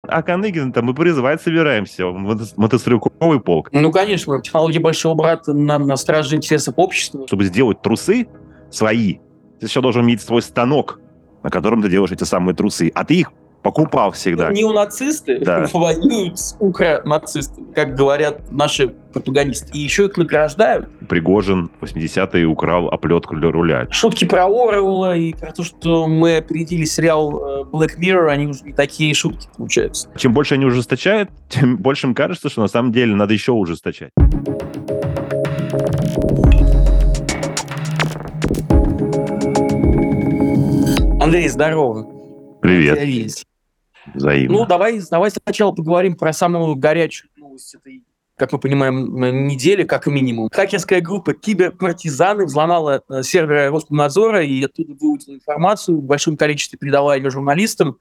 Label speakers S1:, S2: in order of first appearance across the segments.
S1: А Каныгин там и призывать собираемся. Мотострелковый полк.
S2: Ну, конечно, технологии большого брата на страже интересов общества.
S1: Чтобы сделать трусы свои, ты еще должен иметь свой станок, на котором ты делаешь эти самые трусы. А ты их покупал всегда.
S2: Неонацисты воюют с укронацистами, как говорят наши пропагандисты. И еще их награждают.
S1: Пригожин в 80-е украл оплетку для руля.
S2: Шутки про Оруэлла и про то, что мы опередили сериал Black Mirror, они уже не такие шутки получаются.
S1: Чем больше они ужесточают, тем больше им кажется, что на самом деле надо еще ужесточать.
S2: Андрей, здорово.
S1: Привет. Взаимно.
S2: Ну, давай сначала поговорим про самую горячую новость этой, как мы понимаем, недели, как минимум. Хакерская группа «Киберпартизаны» взломала серверы Роскомнадзора и оттуда выудила информацию в большом количестве, передала ее журналистам.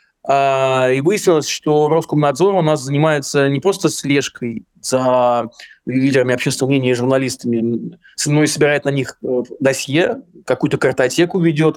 S2: И выяснилось, что Роскомнадзор у нас занимается не просто слежкой за лидерами общественного мнения и журналистами, но и собирает на них досье, какую-то картотеку ведет.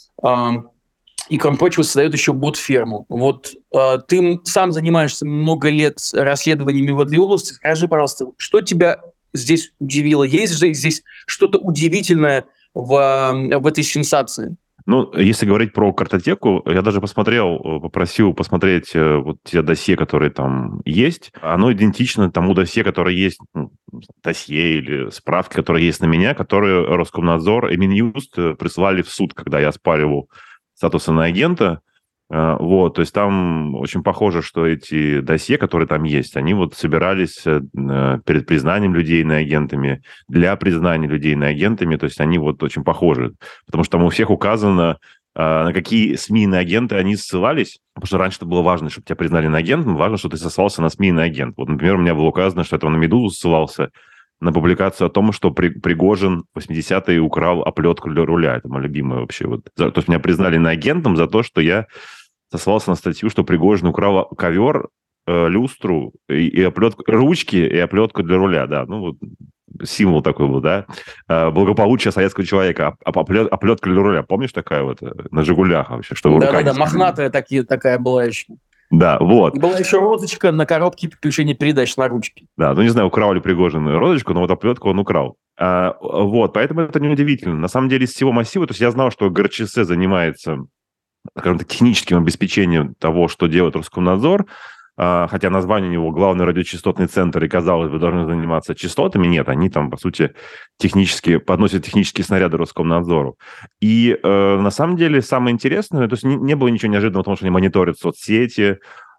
S2: И, кроме прочего, создает еще бот-ферму. Вот ты сам занимаешься много лет расследованиями в этой области. Скажи, пожалуйста, что тебя здесь удивило? Есть же здесь что-то удивительное в этой сенсации?
S1: Ну, если говорить про картотеку, я даже попросил посмотреть вот те досье, которые там есть. Оно идентично тому досье, которое есть, досье или справки, которые есть на меня, которые Роскомнадзор и Минюст прислали в суд, когда я оспаривал статус иноагента. Вот, то есть там очень похоже, что эти досье, которые там есть, они вот собирались перед признанием людей иноагентами, для признания людей иноагентами, то есть они вот очень похожи, потому что там у всех указано, на какие СМИ иноагенты они ссылались, потому что раньше это было важно, чтобы тебя признали иноагентом, важно, что ты ссылался на СМИ иноагент. Вот, например, у меня было указано, что это на «Медузу» ссылался, на публикацию о том, что Пригожин в 80-е украл оплетку для руля. Это мой любимый вообще. Вот. То есть меня признали иноагентом за то, что я сослался на статью, что Пригожин украл ковер, люстру и оплетку, ручки и оплетку для руля, да. Ну, вот символ такой был, да. Благополучие советского человека. Оплетка для руля. Помнишь такая вот на «Жигулях» вообще? Что
S2: Да, мохнатая такая была еще.
S1: Да, вот.
S2: И была еще розочка на коробке переключения передач на ручке.
S1: Да, ну не знаю, украл ли Пригожин розочку, но вот оплетку он украл. Вот, поэтому это неудивительно. На самом деле из всего массива, то есть я знал, что ГРЧС занимается, скажем так, техническим обеспечением того, что делает Роскомнадзор, хотя название у него главный радиочастотный центр, и, казалось бы, должны заниматься частотами. Нет, они там, по сути, подносят технические снаряды Роскомнадзору. И на самом деле самое интересное, то есть не было ничего неожиданного в том, что они мониторят соцсети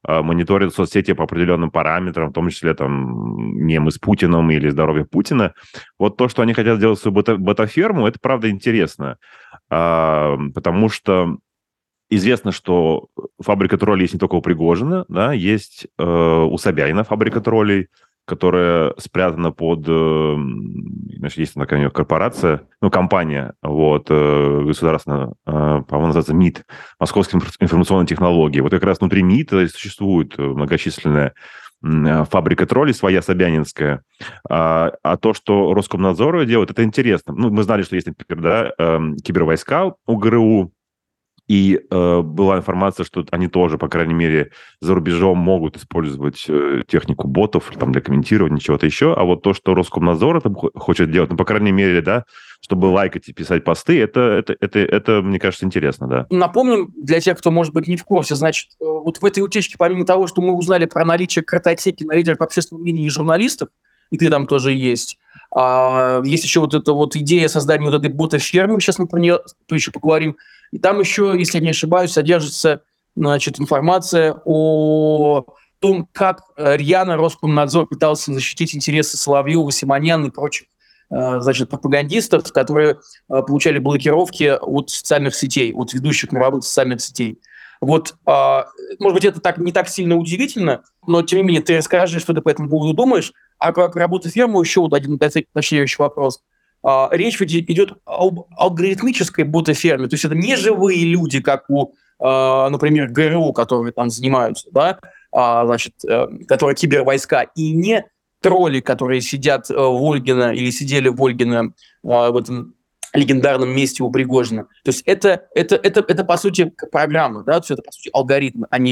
S1: по определенным параметрам, в том числе там мемы с Путиным или здоровье Путина. Вот то, что они хотят сделать свою ботаферму, это правда интересно, потому что известно, что фабрика троллей есть не только у Пригожина, да, есть у Собянина фабрика троллей, которая спрятана под... Значит, есть такая у него корпорация, компания, вот, государственная, по-моему, называется МИД, Московские информационные технологии. Вот как раз внутри МИД существует многочисленная фабрика троллей, своя собянинская. А то, что Роскомнадзор делает, это интересно. Ну, мы знали, что есть, например, да, кибервойска у ГРУ, и была информация, что они тоже, по крайней мере, за рубежом могут использовать технику ботов там, для комментирования, чего-то еще. А вот то, что Роскомнадзор там хочет делать, по крайней мере, да, чтобы лайкать и писать посты, это, мне кажется, интересно, да.
S2: Напомним, для тех, кто, может быть, не в курсе, значит, вот в этой утечке, помимо того, что мы узнали про наличие картотеки на лидеров общественного мнения и журналистов, и ты там тоже есть, есть еще вот эта вот идея создания вот этой бота-фермы, сейчас мы про нее еще поговорим. И там еще, если я не ошибаюсь, содержится, значит, информация о том, как рьяно Роскомнадзор пытался защитить интересы Соловьева, Симоняна и прочих, значит, пропагандистов, которые получали блокировки от социальных сетей, от ведущих мировых социальных сетей. Вот, может быть, это не так сильно удивительно, но, тем не менее, ты расскажешь, что ты по этому поводу думаешь. А про работу-ферму еще вот один уточняющий вопрос. Речь идет об алгоритмической ботаферме, то есть это не живые люди, как у, например, ГРУ, которые там занимаются, да, значит, которые кибервойска, и не тролли, которые сидят в Ольгино или сидели в Ольгино в этом легендарном месте у Пригожина. То есть это по сути, программа, да, то есть это, по сути, алгоритмы, а не люди.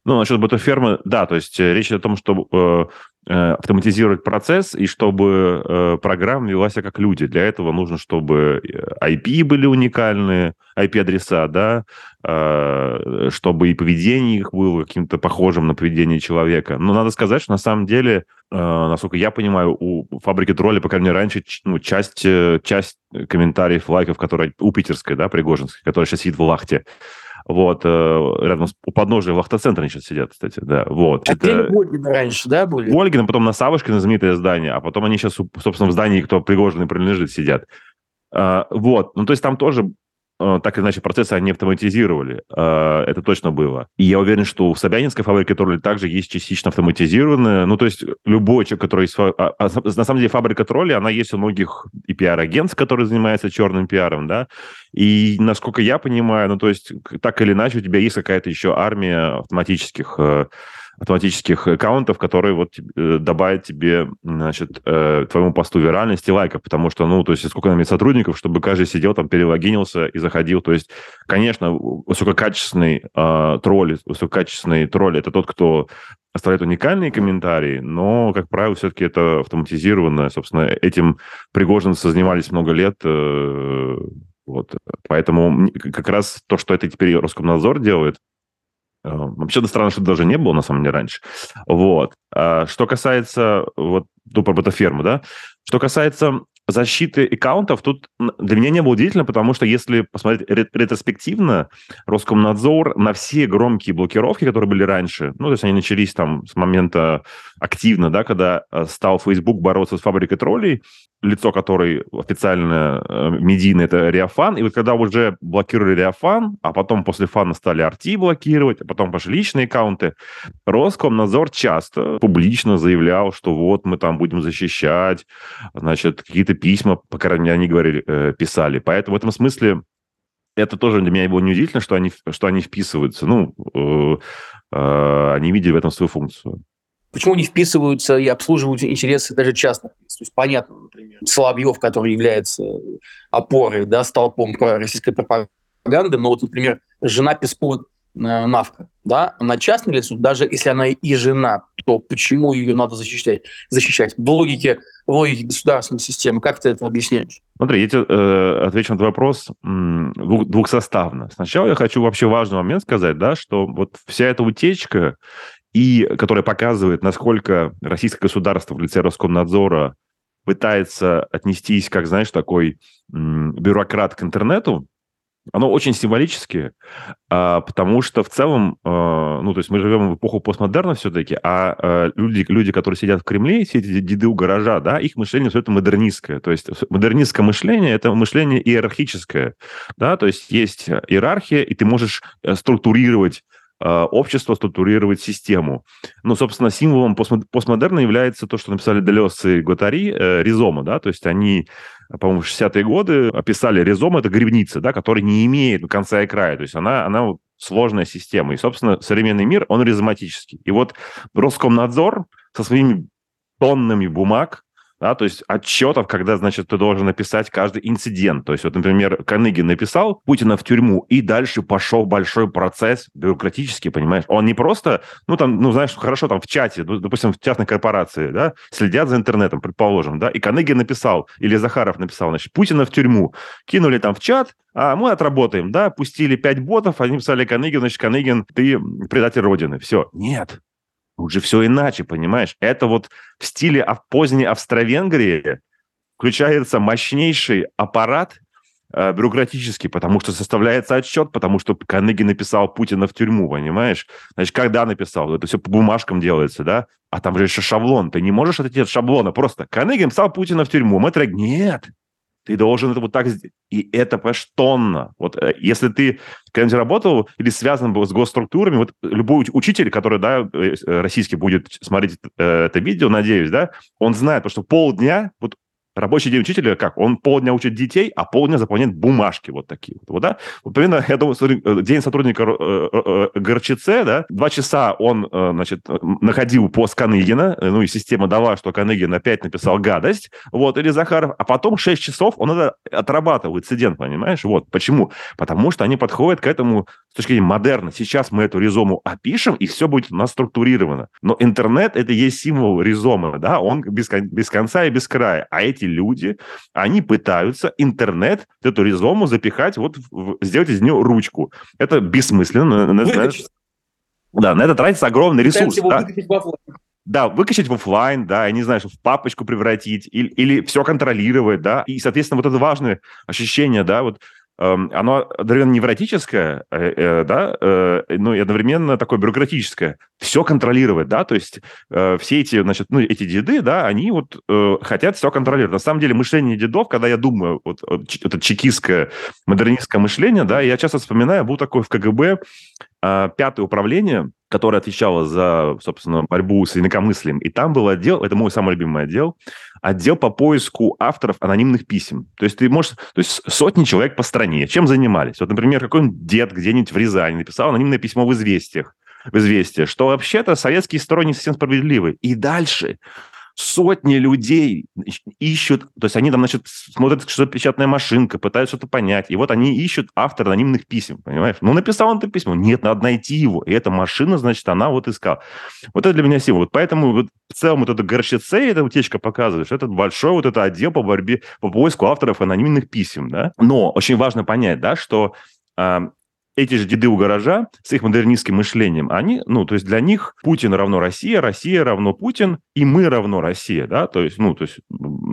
S1: Ну, насчет ботафермы, да, то есть речь идет о том, чтобы автоматизировать процесс и чтобы программа вела себя как люди. Для этого нужно, чтобы IP были уникальные, IP-адреса, да, чтобы и поведение их было каким-то похожим на поведение человека. Но надо сказать, что на самом деле, насколько я понимаю, у фабрики троллей, по крайней мере, раньше часть комментариев, лайков, которые у питерской, да, Пригожинской, которая сейчас сидит в Лахте, вот, рядом у подножия Лахта-центра они сейчас сидят, кстати, да, вот.
S2: Это Ольгина раньше, да, были?
S1: Ольгина, потом на Савушкино знаменитое здание, а потом они сейчас, собственно, в здании, кто Пригожин принадлежит, сидят. Вот, ну, то есть там тоже так или иначе процессы они автоматизировали. Это точно было. И я уверен, что в Собянинской фабрике троллей также есть частично автоматизированные. Ну, то есть любой человек, который... на самом деле фабрика троллей, она есть у многих и пиар-агентств, которые занимаются черным пиаром, да. И, насколько я понимаю, ну, то есть так или иначе у тебя есть какая-то еще армия автоматических аккаунтов, которые вот добавят тебе, значит, твоему посту виральности, лайков, потому что, ну, то есть сколько нам сотрудников, чтобы каждый сидел там, перелогинился и заходил. То есть, конечно, высококачественный тролль – это тот, кто оставляет уникальные комментарии, но, как правило, все-таки это автоматизировано. Собственно, этим пригожинцы занимались много лет. Вот. Поэтому как раз то, что это теперь Роскомнадзор делает, вообще-то странно, что даже не было, на самом деле, раньше. Вот. Что касается вот про ботаферму, да, что касается защиты аккаунтов, тут для меня не было удивительно, потому что если посмотреть ретроспективно, Роскомнадзор на все громкие блокировки, которые были раньше, ну, то есть они начались там с момента активно, да, когда стал Facebook бороться с фабрикой троллей, лицо которой официально медийное, это Реофан, и вот когда уже блокировали Реофан, а потом после фана стали RT блокировать, а потом пошли личные аккаунты, Роскомнадзор часто публично заявлял, что вот мы там будем защищать, значит, какие-то письма, по крайней мере, они говорили, писали. Поэтому в этом смысле это тоже для меня было неудивительно, что они вписываются. Ну, они видели в этом свою функцию.
S2: Почему они вписываются и обслуживают интересы даже частных лиц? То есть понятно, например, Соловьев, который является опорой, да, столпом российской пропаганды, но вот, например, жена Пескова Навка, да, она частное лицо, даже если она и жена, то почему ее надо защищать? В логике государственной системы, как ты это объясняешь?
S1: Смотри, я тебе отвечу на этот вопрос двухсоставно. Сначала я хочу вообще важный момент сказать, да, что вот вся эта утечка, которая показывает, насколько российское государство в лице Роскомнадзора пытается отнестись, как, знаешь, такой бюрократ к интернету, оно очень символически, потому что в целом, ну, то есть мы живем в эпоху постмодерна все-таки, а люди, которые сидят в Кремле, все эти деды у гаража, да, их мышление все это модернистское. То есть модернистское мышление – это мышление иерархическое, да, то есть иерархия, и ты можешь структурировать общество, структурировать систему. Ну, собственно, символом постмодерна является то, что написали Делез и Гваттари, ризома, да, то есть они, по-моему, в 60-е годы описали ризому, это грибница, да, которая не имеет конца и края, то есть она сложная система. И, собственно, современный мир, он ризоматический. И вот Роскомнадзор со своими тоннами бумаг, да, то есть отчетов, когда, значит, ты должен написать каждый инцидент. То есть, вот, например, Каныгин написал Путина в тюрьму, и дальше пошел большой процесс бюрократический, понимаешь? Он не просто, ну, там, ну, знаешь, хорошо, там в чате, допустим, в частной корпорации, да, следят за интернетом, предположим, да, и Каныгин написал, или Захаров написал, значит, Путина в тюрьму. Кинули там в чат, а мы отработаем, да, пустили 5 ботов, они писали Каныгин, значит, Каныгин, ты предатель Родины. Все. Нет. Уже все иначе, понимаешь? Это вот в стиле поздней Австро-Венгрии включается мощнейший аппарат бюрократический, потому что составляется отчет, потому что Каныгин написал Путина в тюрьму, понимаешь? Значит, когда написал? Это все по бумажкам делается, да? А там же еще шаблон. Ты не можешь отойти от шаблона. Просто Каныгин писал Путина в тюрьму. Мы так, нет. Ты должен это вот так сделать. И это поштонно. Вот если ты когда-нибудь работал или связан был с госструктурами, вот любой учитель, который, да, российский будет смотреть это видео, надеюсь, да, он знает, потому что полдня, вот Рабочий день учителя как? Он полдня учит детей, а полдня заполняет бумажки вот такие. Вот, да? Вот примерно, я думаю, день сотрудника ГРЧЦ, да, 2 часа он, значит, находил пост Каныгина, ну и система дала, что Каныгин опять написал гадость, вот, или Захаров, а потом 6 часов он это отрабатывает, студент, понимаешь? Вот, почему? Потому что они подходят к этому с точки зрения модерна. Сейчас мы эту ризому опишем, и все будет у нас структурировано. Но интернет — это есть символ ризомы, да, он без конца и без края. А эти люди, они пытаются интернет, эту ризому запихать, вот сделать из нее ручку. Это бессмысленно. Да, на это тратится огромный ресурс. Да, выкачать в офлайн, да, я не знаю, в папочку превратить или все контролировать, да, и, соответственно, вот это важное ощущение, да, вот оно одновременно невротическое, да, ну и одновременно такое бюрократическое. Все контролировать, да, то есть все эти, значит, ну, эти деды, да, они вот хотят все контролировать. На самом деле мышление дедов, когда я думаю, вот это чекистское, модернистское мышление, да, я часто вспоминаю, был такой в КГБ 5-е управление, которое отвечало за, собственно, борьбу с инакомыслием. И там был отдел, это мой самый любимый отдел по поиску авторов анонимных писем. То есть ты можешь, то есть сотни человек по стране. Чем занимались? Вот, например, какой-нибудь дед где-нибудь в Рязани написал анонимное письмо в «Известия», что вообще-то советские стороны не совсем справедливы. И дальше сотни людей ищут, то есть они там, значит, смотрят, что печатная машинка, пытаются что-то понять, и вот они ищут автора анонимных писем, понимаешь? Ну, написал он это письмо, нет, надо найти его, и эта машина, значит, она вот искала. Вот это для меня символ. Вот поэтому вот в целом вот это ГРЧЦ, эта утечка показывает, что это большой вот это отдел по борьбе, по поиску авторов анонимных писем, да? Но очень важно понять, да, что эти же деды у гаража с их модернистским мышлением, они, ну, то есть для них Путин равно Россия, Россия равно Путин, и мы равно Россия, да, то есть, ну, то есть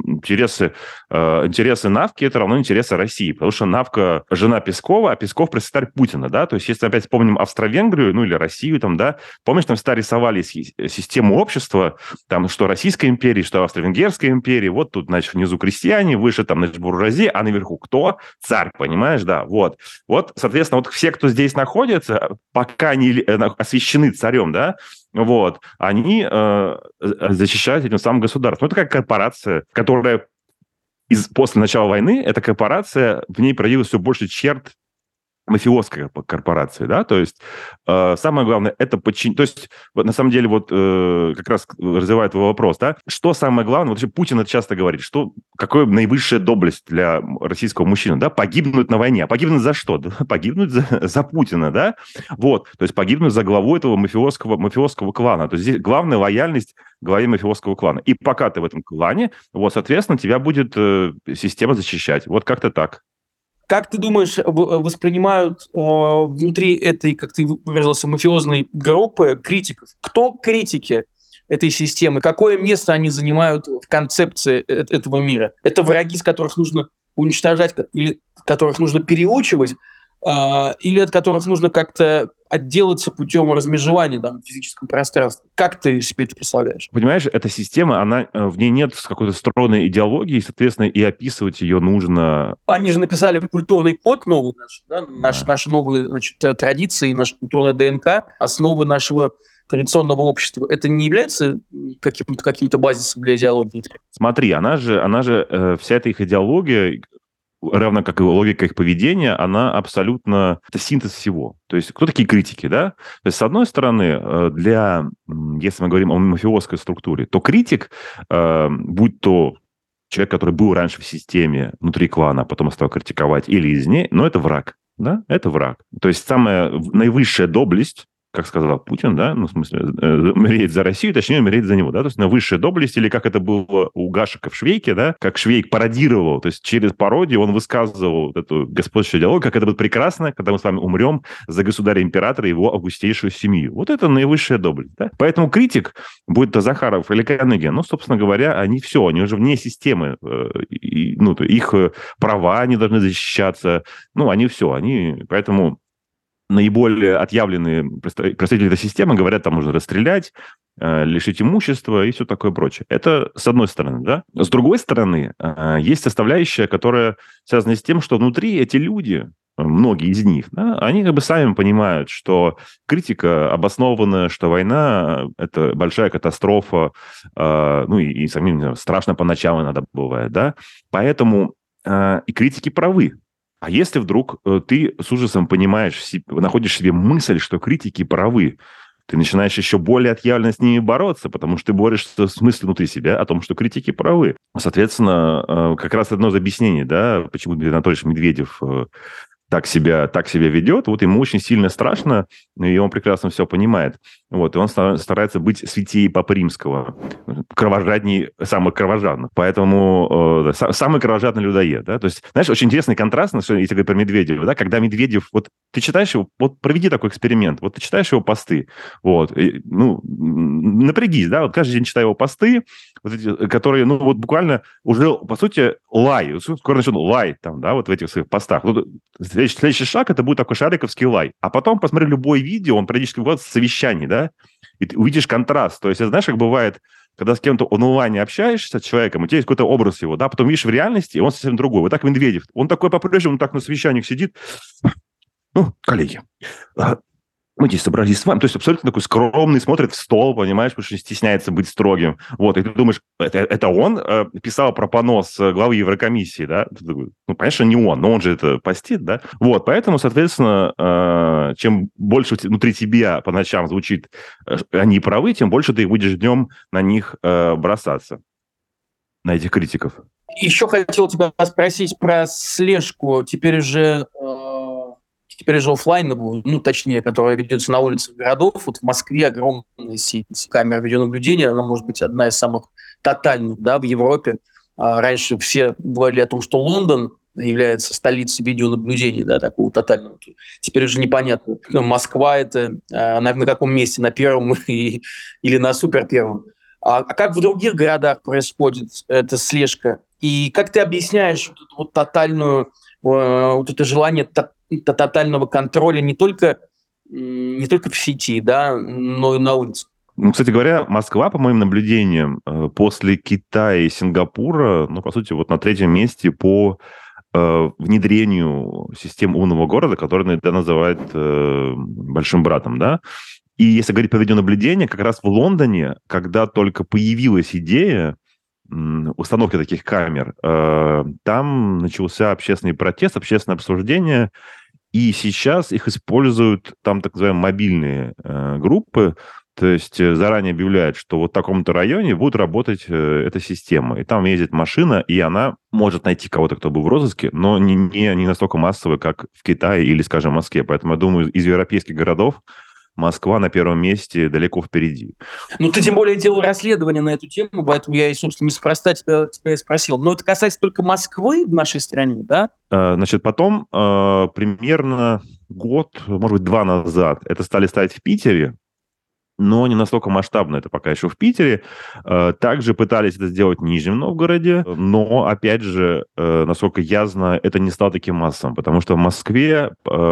S1: интересы Навки — это равно интересы России, потому что Навка жена Пескова, а Песков пресс-секретарь Путина, да, то есть если опять вспомним Австро-Венгрию, ну, или Россию там, да, помнишь, там всегда рисовали систему общества, там, что Российская империя, что Австро-Венгерская империя, вот тут, значит, внизу крестьяне, выше там, значит, буржуазия, а наверху кто? Царь, понимаешь, да, вот. Вот, соответственно, вот все, кто здесь находится, пока они освящены царем, да, вот, они защищают этим самым государством. Это как корпорация, которая после начала войны, эта корпорация, в ней проявилось все больше черт мафиозской корпорации, да, то есть самое главное это подчинить, то есть вот, на самом деле вот как раз развивает твой вопрос, да, что самое главное, вот Путин это часто говорит, что какое наивысшая доблесть для российского мужчины, да, погибнуть на войне, а погибнуть за что? Да, погибнуть за Путина, да, вот, то есть погибнуть за главу этого мафиозского клана, то есть здесь главная лояльность главе мафиозского клана, и пока ты в этом клане, вот, соответственно, тебя будет система защищать, вот как-то так.
S2: Как ты думаешь, воспринимают внутри этой, как ты выразился, мафиозной группы критиков? Кто критики этой системы? Какое место они занимают в концепции этого мира? Это враги, с которых нужно уничтожать, или которых нужно переучивать, или от которых нужно как-то отделаться путем размежевания в физическом пространстве? Как ты себе это представляешь?
S1: Понимаешь, эта система, в ней нет какой-то стройной идеологии, соответственно, и описывать ее нужно...
S2: Они же написали культурный код новый наш, да? Наши новые, значит, традиции, наша культурная ДНК, основы нашего традиционного общества. Это не является каким-то базисом для идеологии?
S1: Смотри, она же вся эта их идеология, равно как и логика их поведения, она абсолютно... Это синтез всего. То есть кто такие критики, да? То есть, с одной стороны, если мы говорим о мафиозской структуре, то критик, будь то человек, который был раньше в системе внутри клана, а потом стал критиковать, или из ней, но это враг, да? Это враг. То есть самая наивысшая доблесть, как сказал Путин, да, ну, в смысле, умереть за Россию, точнее, умереть за него, да, то есть на высшая доблесть, или как это было у Гашека в «Швейке», да, как Швейк пародировал, то есть через пародию он высказывал вот эту господствующую идеологию, как это будет прекрасно, когда мы с вами умрем за государя-императора и его августейшую семью. Вот это наивысшая доблесть, да. Поэтому критик, будь то Захаров или Каныгин, ну, собственно говоря, они уже вне системы, ну, их права, они должны защищаться, ну, поэтому... Наиболее отъявленные представители этой системы говорят, там нужно расстрелять, лишить имущества и все такое прочее. Это с одной стороны, да. С другой стороны, есть составляющая, которая связана с тем, что внутри эти люди, многие из них, да, они как бы сами понимают, что критика обоснованная, что война – это большая катастрофа, ну и самим, не знаю, страшно поначалу иногда бывает, да, поэтому и критики правы. А если вдруг ты с ужасом понимаешь, находишь в себе мысль, что критики правы, ты начинаешь еще более отъявленно с ними бороться, потому что ты борешься с мыслью внутри себя о том, что критики правы. Соответственно, как раз одно из объяснений, да, почему Дмитрий Анатольевич Медведев так себя ведет, вот ему очень сильно страшно, и он прекрасно все понимает. Вот, и он старается быть святее Папы Римского, кровожадней самых кровожадных. Поэтому самый кровожадный людоед, да, то есть, знаешь, очень интересный контраст, если говорить про Медведева, да, когда Медведев, вот ты читаешь его, вот проведи такой эксперимент, вот ты читаешь его посты, вот, и, ну, напрягись, да, вот каждый день читай его посты, вот эти, которые, ну, вот буквально уже, по сути, лай, скоро начнут лай там, да, вот в этих своих постах. Ну, следующий шаг, это будет такой шариковский лай. А потом посмотри любое видео, он периодически бывает в совещании, да, и ты увидишь контраст. То есть, знаешь, как бывает, когда с кем-то онлайн общаешься, с человеком, у тебя есть какой-то образ его, да, потом видишь в реальности, и он совсем другой. Вот так Медведев. Он такой по-прежнему, так на совещаниях сидит. Ну, коллеги, мы здесь собрались с вами. То есть абсолютно такой скромный, смотрит в стол, понимаешь, потому что стесняется быть строгим. Вот, и ты думаешь, это он писал про понос главы Еврокомиссии, да? Ну, конечно, не он, но он же это постит, да? Вот, поэтому, соответственно, чем больше внутри тебя по ночам звучит «они правы», тем больше ты будешь днем на них бросаться, на этих критиков.
S2: Еще хотел тебя спросить про слежку. Теперь же офлайновую, ну, точнее, которая ведется на улицах городов. Вот в Москве огромная сеть камер видеонаблюдения, она может быть одна из самых тотальных, да, в Европе. Раньше все говорили о том, что Лондон является столицей видеонаблюдения, да, такого тотального. Теперь уже непонятно, Москва это на каком месте, на первом или на супер первом. А как в других городах происходит эта слежка? И как ты объясняешь вот тотальную, вот это желание тотального контроля не только в сети, да, но и на улице?
S1: Ну, кстати говоря, Москва, по моим наблюдениям, после Китая и Сингапура, ну, по сути, вот на третьем месте по внедрению систем умного города, который иногда называют большим братом, да. И если говорить про видеонаблюдение, как раз в Лондоне, когда только появилась идея установки таких камер, там начался общественный протест, общественное обсуждение, и сейчас их используют там так называемые мобильные группы, то есть заранее объявляют, что вот в таком-то районе будет работать эта система. И там ездит машина, и она может найти кого-то, кто был в розыске, но не настолько массовая, как в Китае или, скажем, в Москве. Поэтому, я думаю, из европейских городов Москва на первом месте далеко впереди.
S2: Ну, ты тем более делал расследование на эту тему, поэтому я, собственно, неспроста тебя и спросил. Но это касается только Москвы в нашей стране, да?
S1: Значит, потом примерно год, может быть, 2 назад это стали ставить в Питере, но не настолько масштабно это пока еще в Питере. Также пытались это сделать в Нижнем Новгороде, но, опять же, насколько я знаю, это не стало таким массовым, потому что в Москве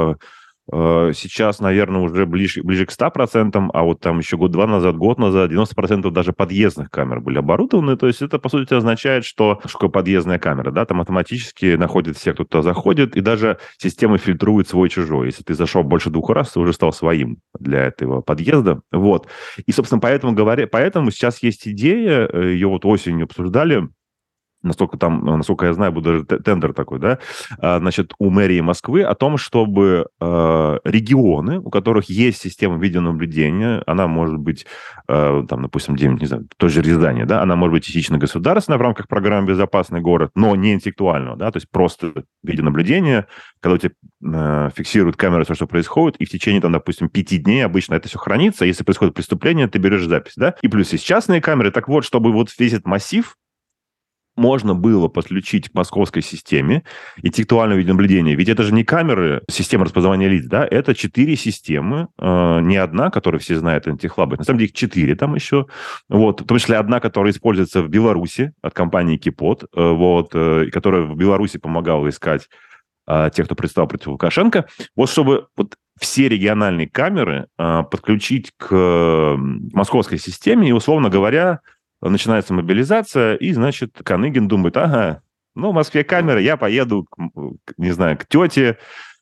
S1: сейчас, наверное, уже ближе к 100%, а вот там еще год назад, 90% даже подъездных камер были оборудованы. То есть это, по сути, означает, что такое подъездная камера, да, там автоматически находит все, кто туда заходит, и даже система фильтрует свой-чужой. Если ты зашел больше 2 раз, ты уже стал своим для этого подъезда. Вот. И, собственно, поэтому сейчас есть идея, ее вот осенью обсуждали, насколько я знаю, будет даже тендер такой, да, значит, у мэрии Москвы о том, чтобы регионы, у которых есть система видеонаблюдения, она может быть, там, допустим, где-нибудь, не знаю, в той же Рязани, да, она может быть частично государственная в рамках программы «Безопасный город», но не интеллектуального, да, то есть просто видеонаблюдение, когда у тебя фиксируют камеры все, что происходит, и в течение, там, допустим, 5 дней обычно это все хранится, если происходит преступление, ты берешь запись, да, и плюс есть частные камеры, так вот, чтобы вот весь этот массив можно было подключить к московской системе интеллектуального видеонаблюдения. Ведь это же не камеры, система распознавания лиц, да, это 4 системы, не одна, которую все знают, антихлабы. На самом деле их 4 там еще. Вот, в том числе одна, которая используется в Беларуси от компании Кипот, вот, которая в Беларуси помогала искать тех, кто предстал против Лукашенко. Вот чтобы вот все региональные камеры подключить к московской системе, и, условно говоря, начинается мобилизация, и, значит, Каныгин думает, ага, ну, в Москве камеры, я поеду, не знаю, к тете,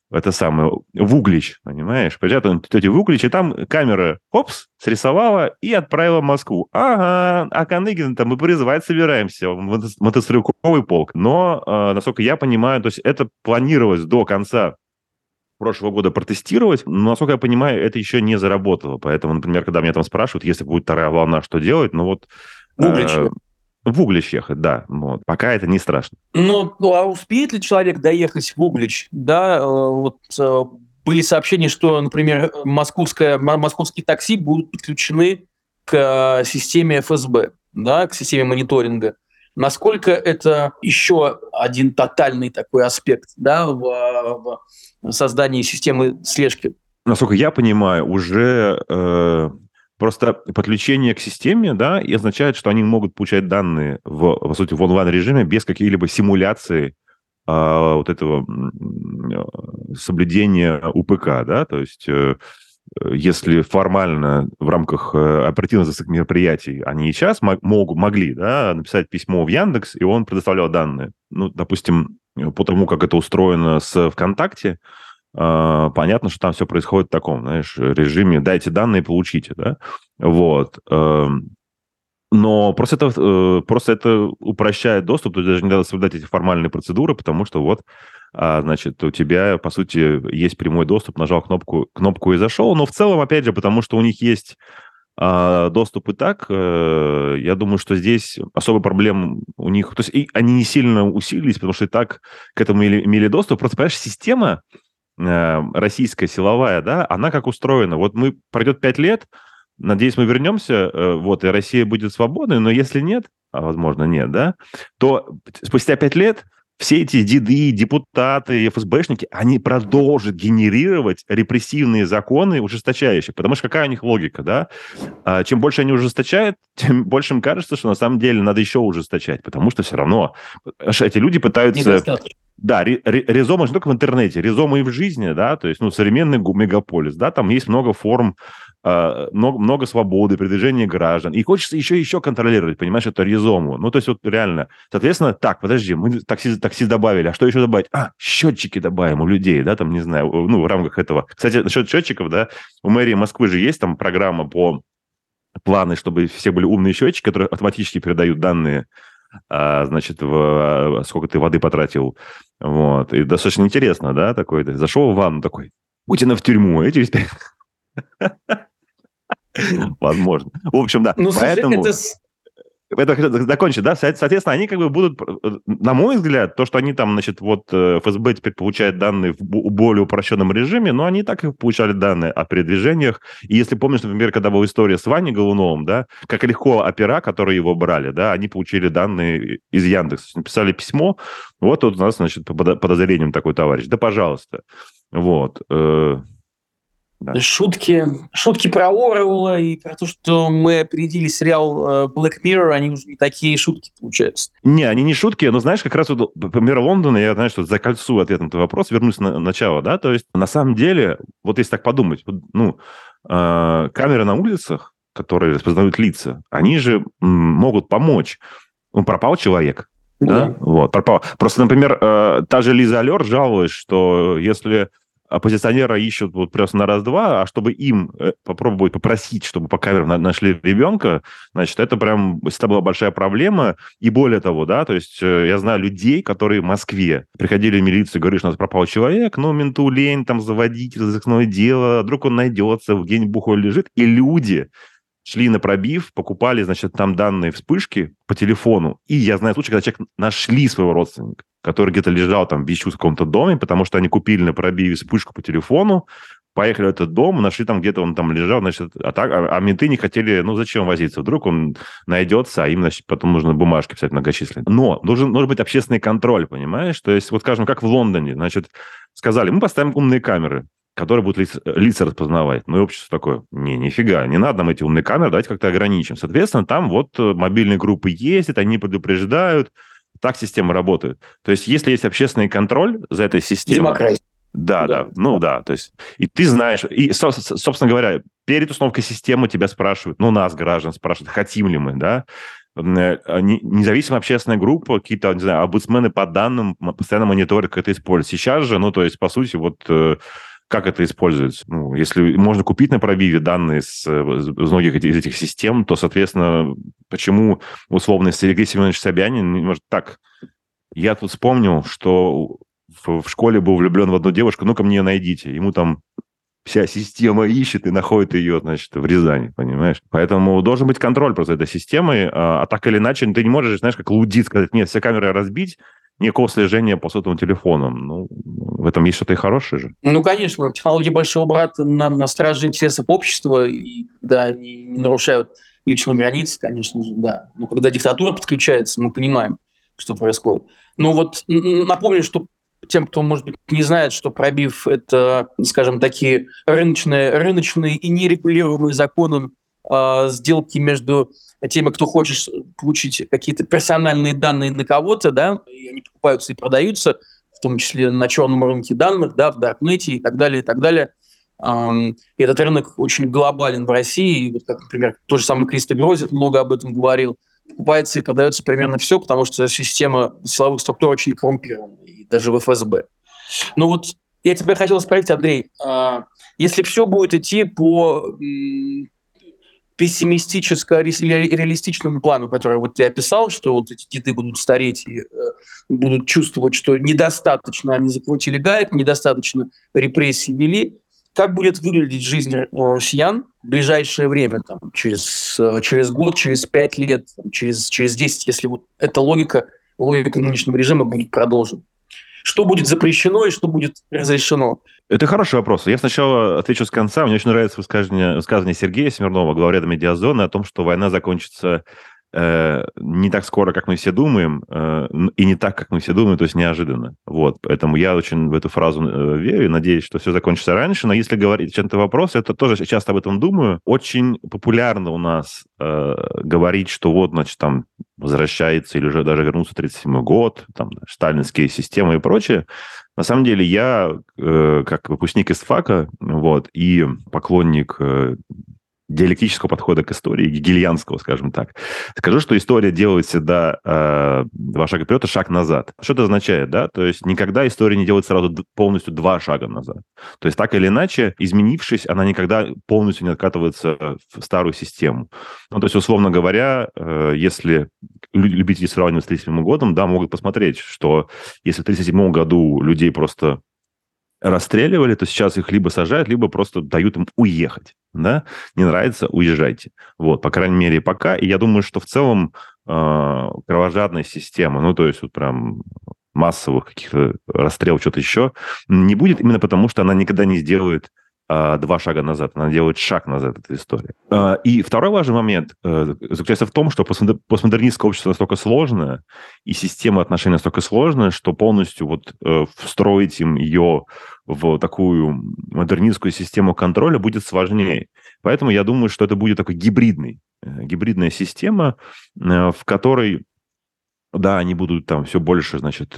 S1: это самое, в Углич, понимаешь? Приезжают эти в Углич, и там камера, опс, срисовала и отправила в Москву. Ага, а Каныгин там мы призывать собираемся, мотострелковый полк. Но, насколько я понимаю, то есть это планировалось до конца прошлого года протестировать, но, насколько я понимаю, это еще не заработало. Поэтому, например, когда меня там спрашивают, если будет вторая волна, что делать, ну вот...
S2: В Углич.
S1: В Углич ехать, да. Вот. Пока это не страшно.
S2: Ну, а успеет ли человек доехать в Углич? Да, были сообщения, что, например, московские такси будут подключены к системе ФСБ, да, к системе мониторинга. Насколько это еще один тотальный такой аспект, да, в создании системы слежки?
S1: Насколько я понимаю, уже просто подключение к системе, да, и означает, что они могут получать данные по сути, в онлайн-режиме без каких-либо симуляций вот этого соблюдения УПК, да, то есть если формально в рамках оперативно-розыскных мероприятий они и сейчас могли, да, написать письмо в Яндекс, и он предоставлял данные. Ну, допустим, по тому, как это устроено с ВКонтакте, понятно, что там все происходит в таком, знаешь, режиме «дайте данные, получите», да, вот. Но просто это упрощает доступ, то есть даже не надо соблюдать эти формальные процедуры, потому что вот, значит, у тебя, по сути, есть прямой доступ, нажал кнопку и зашел, но в целом, опять же, потому что у них есть доступ и так, я думаю, что здесь особой проблем у них... То есть они не сильно усилились, потому что и так к этому имели доступ. Просто, понимаешь, система российская силовая, да, она как устроена. Вот пройдет 5 лет, надеюсь, мы вернемся, вот, и Россия будет свободной, но если нет, а возможно нет, да, то спустя 5 лет все эти деды, депутаты, ФСБшники, они продолжат генерировать репрессивные законы ужесточающие, потому что какая у них логика, да? Чем больше они ужесточают, тем больше им кажется, что на самом деле надо еще ужесточать, потому что все равно эти люди пытаются... Да, резома же не только в интернете, резома и в жизни, да, то есть, современный мегаполис, да, там есть много форм, много свободы, передвижения граждан, и хочется еще контролировать, понимаешь, это резому. Ну, то есть, вот реально, соответственно, так, подожди, мы такси добавили, а что еще добавить? Счетчики добавим у людей, да, там, не знаю, в рамках этого. Кстати, насчет счетчиков, да, у мэрии Москвы же есть там программа по планы, чтобы все были умные счетчики, которые автоматически передают данные, значит, сколько ты воды потратил. Вот. И достаточно интересно, да, такой. Ты зашел в ванну такой, Путина в тюрьму. И через 5... Возможно. В общем, да.
S2: Ну,
S1: поэтому... Это закончить, да? Соответственно, они как бы будут, на мой взгляд, то, что они там, значит, вот ФСБ теперь получает данные в более упрощенном режиме, но они и так получали данные о передвижениях. И если помнишь, например, когда была история с Ваней Голуновым, да, как легко опера, которые его брали, да, они получили данные из Яндекса, написали письмо, вот тут у нас, значит, по подозрениям такой товарищ. Да, пожалуйста. Вот.
S2: Да. Шутки про Оруэлла и про то, что мы опередили сериал Black Mirror, они уже не такие шутки получаются.
S1: Не, они не шутки, но знаешь, как раз вот пример Лондона, я, знаю, что закольцую ответ на твой вопрос, вернусь на начало, да, то есть на самом деле, вот если так подумать, камеры на улицах, которые распознают лица, они же могут помочь. Пропал человек, да? Вот, пропал. Просто, например, та же Лиза Аллер жаловалась, что если оппозиционера ищут вот просто на раз-два, а чтобы им попробовать попросить, чтобы по камерам нашли ребенка, значит, это прям всегда была большая проблема. И более того, да, то есть я знаю людей, которые в Москве приходили в милицию, говорили, что у нас пропал человек, но менту лень там заводить разыскное дело, вдруг он найдется, где-нибудь бухой лежит, и люди шли на пробив, покупали, значит, там данные вспышки по телефону. И я знаю случай, когда человек нашли своего родственника, который где-то лежал там без чувств в каком-то доме, потому что они купили на пробиве вспышку по телефону, поехали в этот дом, нашли там где-то он там лежал, значит, а менты не хотели, зачем возиться? Вдруг он найдется, а им, значит, потом нужно бумажки писать многочисленные. Но должен быть общественный контроль, понимаешь? То есть, вот скажем, как в Лондоне, значит, сказали, мы поставим умные камеры, которые будут лица распознавать. Ну и общество такое, нифига, не надо нам эти умные камеры, давайте как-то ограничим. Соответственно, там вот мобильные группы ездят, они предупреждают, так система работает. То есть, если есть общественный контроль за этой системой...
S2: Демократия.
S1: Да. То есть, и ты знаешь, и, собственно говоря, перед установкой системы тебя спрашивают, нас, граждан, спрашивают, хотим ли мы, да? независимая общественная группа, какие-то, не знаю, омбудсмены по данным постоянно мониторят, как это используется. Сейчас же, ну, то есть, по сути, вот как это используется? Ну, если можно купить на пробиве данные из многих из этих систем, то, соответственно, почему условно Сергей Семенович Собянин не может так? Я тут вспомнил, что в школе был влюблен в одну девушку, ну-ка мне ее найдите. Ему там вся система ищет и находит ее, значит, в Рязани, понимаешь? Поэтому должен быть контроль просто этой системой, а так или иначе ты не можешь, знаешь, как лудит сказать, нет, все камеры разбить, никакого слежения по сотовым телефонам. Ну, в этом есть что-то и хорошее же.
S2: Ну, конечно, технологии большого брата на страже интересов общества, и когда они не нарушают личные границы, конечно же, да. Но когда диктатура подключается, мы понимаем, что происходит. Ну вот напомню, что тем, кто, может быть, не знает, что пробив – это, скажем, такие рыночные и нерегулируемые законом сделки между теми, кто хочет получить какие-то персональные данные на кого-то, да, и они покупаются и продаются, в том числе на черном рынке данных, да, в Даркнете и так далее, и так далее. И этот рынок очень глобален в России. И вот как, например, тот же самый Кристо Грозев много об этом говорил. Покупается и продается примерно все, потому что система силовых структур очень коррумпирована, и даже в ФСБ. Ну вот я тебя хотел спросить, Андрей, если все будет идти по пессимистическо-реалистичному плану, который вот ты описал, что вот эти деды будут стареть и будут чувствовать, что недостаточно они закрутили гаек, недостаточно репрессий вели, как будет выглядеть жизнь россиян в ближайшее время, там, через год, через 5 лет, там, через 10, если вот эта логика нынешнего режима будет продолжена? Что будет запрещено и что будет разрешено?
S1: Это хороший вопрос. Я сначала отвечу с конца. Мне очень нравится высказывание Сергея Смирнова, главреда «Медиазоны», о том, что война закончится не так скоро, как мы все думаем, и не так, как мы все думаем, то есть неожиданно. Вот. Поэтому я очень в эту фразу верю и надеюсь, что все закончится раньше. Но если говорить чем-то вопрос, я тоже часто об этом думаю. Очень популярно у нас говорить, что вот, значит, там возвращается или уже даже вернулся 1937 год, там, сталинские системы и прочее. На самом деле я, как выпускник ИСТФАКа, вот, и поклонник диалектического подхода к истории, гегельянского, скажем так. Скажу, что история делает всегда два шага вперед и шаг назад. Что это означает, да? То есть никогда история не делает сразу полностью два шага назад. То есть так или иначе, изменившись, она никогда полностью не откатывается в старую систему. Ну, то есть, условно говоря, если любители сравнивать с 1937 годом, да, могут посмотреть, что если в 1937 году людей просто расстреливали, то сейчас их либо сажают, либо просто дают им уехать, да? Не нравится – уезжайте. Вот, по крайней мере, пока. И я думаю, что в целом кровожадная система, ну, то есть вот прям массовых каких-то расстрелов, что-то еще, не будет именно потому, что она никогда не сделает два шага назад, она делает шаг назад, эта история. И второй важный момент заключается в том, что постмодернистское общество настолько сложное, и система отношений настолько сложная, что полностью вот встроить им ее в такую модернистскую систему контроля будет сложнее. Поэтому я думаю, что это будет такой гибридная система, в которой, да, они будут там все больше, значит,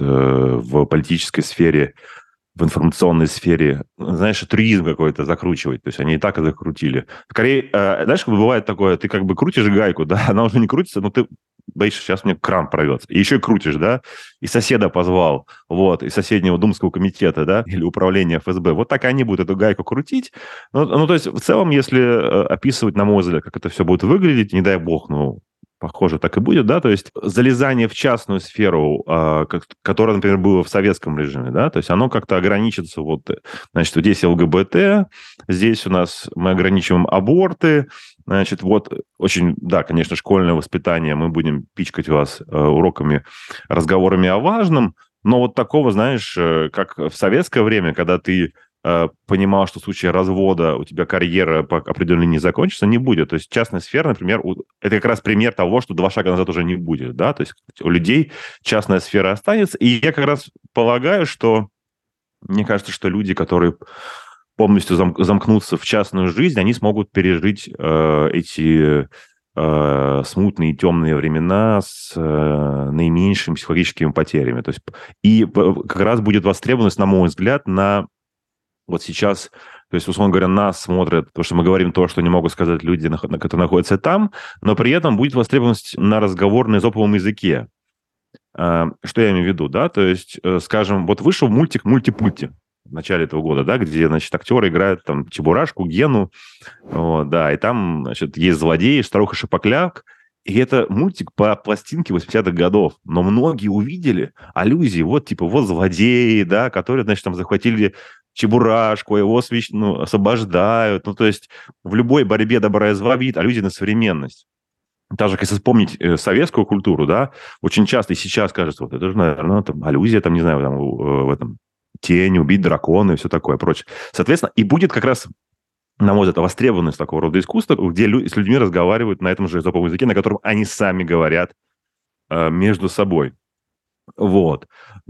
S1: в политической сфере, в информационной сфере, знаешь, трюизм какой-то закручивать. То есть они и так и закрутили. Скорее, знаешь, как бывает такое, ты как бы крутишь гайку, да, она уже не крутится, но ты боишься, сейчас мне кран порвется. И еще и крутишь, да, и соседа позвал, вот, из соседнего думского комитета, да, или управления ФСБ. Вот так они будут эту гайку крутить. Ну, то есть, в целом, если описывать, на мой взгляд, как это все будет выглядеть, не дай бог, ну, похоже, так и будет, да, то есть залезание в частную сферу, которая, например, было в советском режиме, да, то есть оно как-то ограничится, вот, значит, здесь ЛГБТ, здесь у нас мы ограничиваем аборты, значит, вот, очень, да, конечно, школьное воспитание, мы будем пичкать вас уроками, разговорами о важном, но вот такого, знаешь, как в советское время, когда ты понимал, что в случае развода у тебя карьера по определенной линии закончится, не будет. То есть частная сфера, например, это как раз пример того, что два шага назад уже не будет, да, то есть у людей частная сфера останется, и я как раз полагаю, что, мне кажется, что люди, которые полностью замкнутся в частную жизнь, они смогут пережить эти смутные темные времена с наименьшими психологическими потерями. То есть, и как раз будет востребованность, на мой взгляд, на вот сейчас То есть, условно говоря, нас смотрят, потому что мы говорим то, что не могут сказать люди, которые находятся там, но при этом будет востребованность на разговор на эзоповом языке. Что я имею в виду, да? То есть, скажем, вот вышел мультик «Мультипульти» в начале этого года, да, где, значит, актеры играют там Чебурашку, Гену, вот, да, и там, значит, есть злодей, старуха Шапокляк, и это мультик по пластинке 80-х годов, но многие увидели аллюзии, вот, типа, вот злодеи, да, которые, значит, там захватили Чебурашку, его освобождают, ну, то есть в любой борьбе добра и зла видит аллюзии на современность. Даже если вспомнить советскую культуру, да, очень часто и сейчас кажется, вот это же, наверное, там, аллюзия, там, не знаю, там, в этом «Тень», «Убить дракона» и все такое прочее. Соответственно, и будет как раз, на мой взгляд, востребованность такого рода искусства, где с людьми разговаривают на этом же эзоповом языке, на котором они сами говорят между собой. Вот.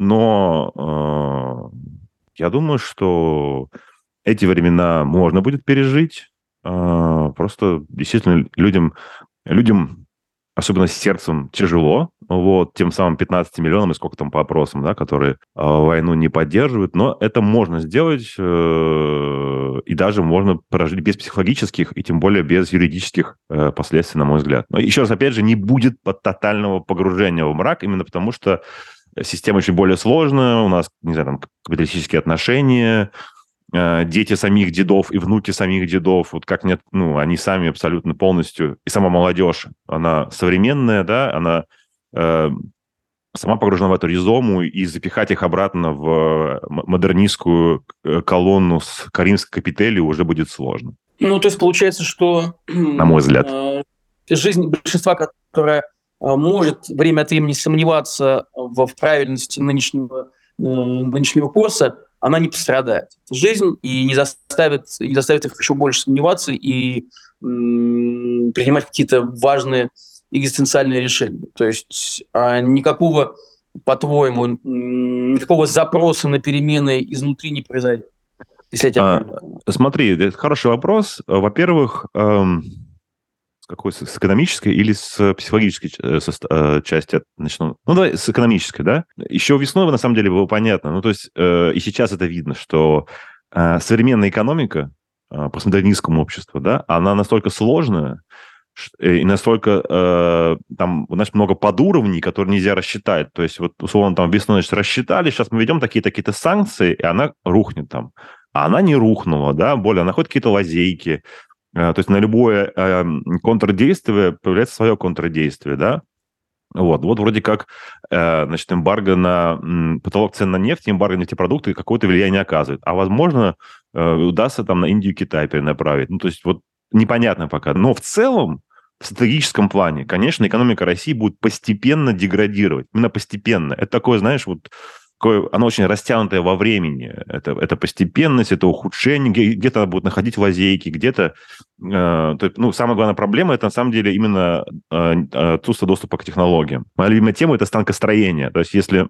S1: Но я думаю, что эти времена можно будет пережить. Просто действительно людям, особенно с сердцем, тяжело. Вот, тем самым 15 миллионам, и сколько там по опросам, да, которые войну не поддерживают. Но это можно сделать, и даже можно прожить без психологических, и тем более без юридических последствий, на мой взгляд. Но еще раз, опять же, не будет тотального погружения в мрак, именно потому что система очень более сложная, у нас, не знаю, там, капиталистические отношения, дети самих дедов и внуки самих дедов, вот как нет, ну, они сами абсолютно полностью, и сама молодежь, она современная, да, она сама погружена в эту ризому, и запихать их обратно в модернистскую колонну с каримской капителью уже будет сложно.
S2: Ну, то есть получается, что...
S1: На мой взгляд.
S2: Жизнь большинства, которая может время от времени сомневаться в правильности нынешнего курса, она не пострадает. Это жизнь, и не заставит их еще больше сомневаться и принимать какие-то важные экзистенциальные решения. То есть никакого, по-твоему, никакого запроса на перемены изнутри не произойдет. Если я тебя
S1: смотри, это хороший вопрос. Во-первых, с экономической или с психологической части начну? Ну, давай с экономической, да? Еще весной, на самом деле, было понятно. Ну, то есть, и сейчас это видно, что современная экономика постмодернистскому обществу, да, она настолько сложная, и настолько там, знаешь, много подуровней, которые нельзя рассчитать. То есть, вот, условно, там весной, значит, рассчитали, сейчас мы ведем такие-то санкции, и она рухнет там. А она не рухнула, да, более, она хоть какие-то лазейки. То есть на любое контрдействие появляется свое контрдействие, да? Вот вроде как, значит, эмбарго на потолок цен на нефть, эмбарго на нефтепродукты какое-то влияние оказывает. А возможно, удастся там на Индию и Китай перенаправить. Ну, то есть вот непонятно пока. Но в целом, в стратегическом плане, конечно, экономика России будет постепенно деградировать. Именно постепенно. Это такое, знаешь, вот... Оно очень растянутое во времени. Это постепенность, это ухудшение. Где-то она будет находить лазейки, где-то... Ну, самая главная проблема – это, на самом деле, именно отсутствие доступа к технологиям. Моя любимая тема – это станкостроение. То есть, если...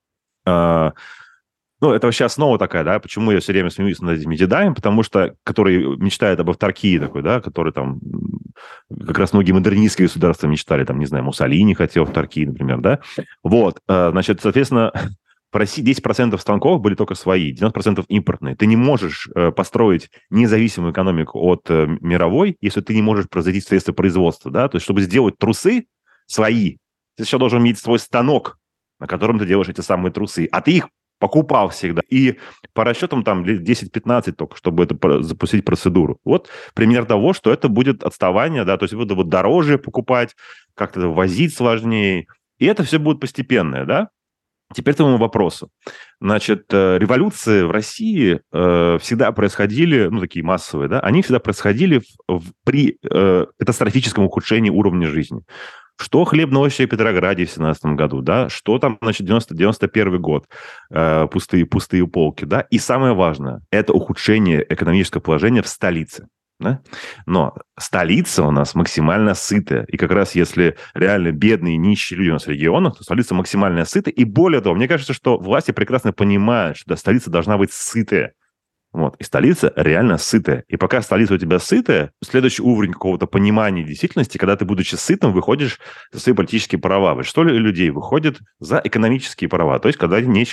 S1: Ну, это вообще основа такая, да, почему я все время смеюсь над этими дедами, потому что, который мечтает об авторкии такой, да, который там, как раз многие модернистские государства мечтали, там, не знаю, Муссолини хотел авторкии, например, да. Вот, значит, соответственно... В России 10% станков были только свои, 90% импортные. Ты не можешь построить независимую экономику от мировой, если ты не можешь производить средства производства. Да? То есть, чтобы сделать трусы свои, ты еще должен иметь свой станок, на котором ты делаешь эти самые трусы. А ты их покупал всегда. И по расчетам там 10-15 только, чтобы это запустить процедуру. Вот пример того, что это будет отставание, да, то есть буду вот дороже покупать, как-то возить сложнее. И это все будет постепенное, да. Теперь к твоему вопросу. Значит, революции в России всегда происходили, ну, такие массовые, да, они всегда происходили при катастрофическом ухудшении уровня жизни. Что хлеб-овощи в Петрограде в 17 году, да, что там, значит, 91 год, пустые полки, да, и самое важное, это ухудшение экономического положения в столице. Да? Но столица у нас максимально сытая. И как раз если реально бедные, нищие люди у нас в регионах, то столица максимально сытая. И более того, мне кажется, что власти прекрасно понимают, что столица должна быть сытая. Вот. И столица реально сытая. И пока столица у тебя сытая, следующий уровень какого-то понимания действительности, когда ты, будучи сытым, выходишь за свои политические права. Большинство людей выходит за экономические права. То есть, когда нечего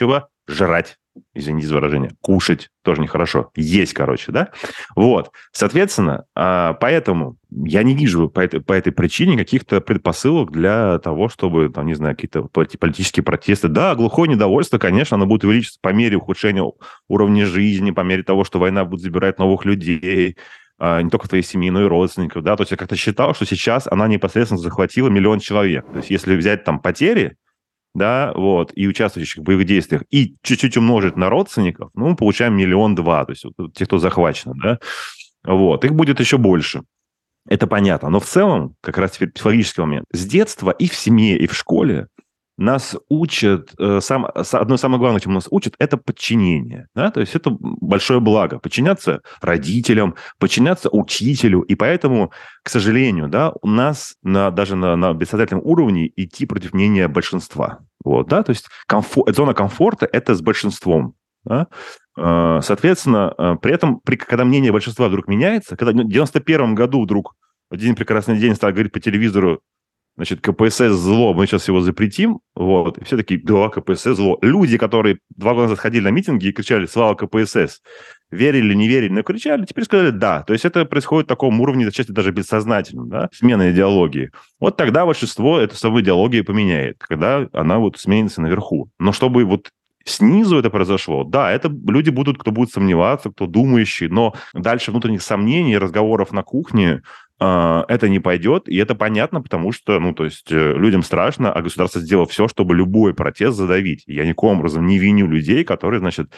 S1: жрать, извините за выражение, кушать тоже нехорошо, есть, короче, да? Вот, соответственно, поэтому я не вижу по этой причине каких-то предпосылок для того, чтобы, там, не знаю, какие-то политические протесты. Да, глухое недовольство, конечно, оно будет увеличиваться по мере ухудшения уровня жизни, по мере того, что война будет забирать новых людей, не только твоей семьи, но и родственников, да, то есть я как-то считал, что сейчас она непосредственно захватила 1 миллион человек. То есть если взять там потери, да, вот, и участвующих в боевых действиях, и чуть-чуть умножить на родственников, ну, мы получаем 1,2 миллиона, то есть вот, те, кто захвачен, да, вот, их будет еще больше. Это понятно. Но в целом, как раз теперь психологический момент, с детства и в семье, и в школе нас учат, одно из самых главных, чему нас учат, это подчинение. Да? То есть это большое благо. Подчиняться родителям, подчиняться учителю. И поэтому, к сожалению, да, у нас даже на бессознательном уровне идти против мнения большинства. Вот, да? То есть зона комфорта – это с большинством. Да? Соответственно, при этом, когда мнение большинства вдруг меняется, когда в 91 году вдруг в один прекрасный день стал говорить по телевизору, значит, КПСС зло, мы сейчас его запретим, вот, и все такие, да, КПСС зло. Люди, которые 2 года назад ходили на митинги и кричали «Слава КПСС», верили, не верили, но кричали, теперь сказали «да». То есть это происходит на таком уровне, отчасти даже бессознательном, да, смена идеологии. Вот тогда большинство эту самую идеологию поменяет, когда она вот сменится наверху. Но чтобы вот снизу это произошло, да, это люди будут, кто будет сомневаться, кто думающий, но дальше внутренних сомнений, разговоров на кухне это не пойдет, и это понятно, потому что, ну, то есть людям страшно, а государство сделало все, чтобы любой протест задавить. Я никаким образом не виню людей, которые, значит,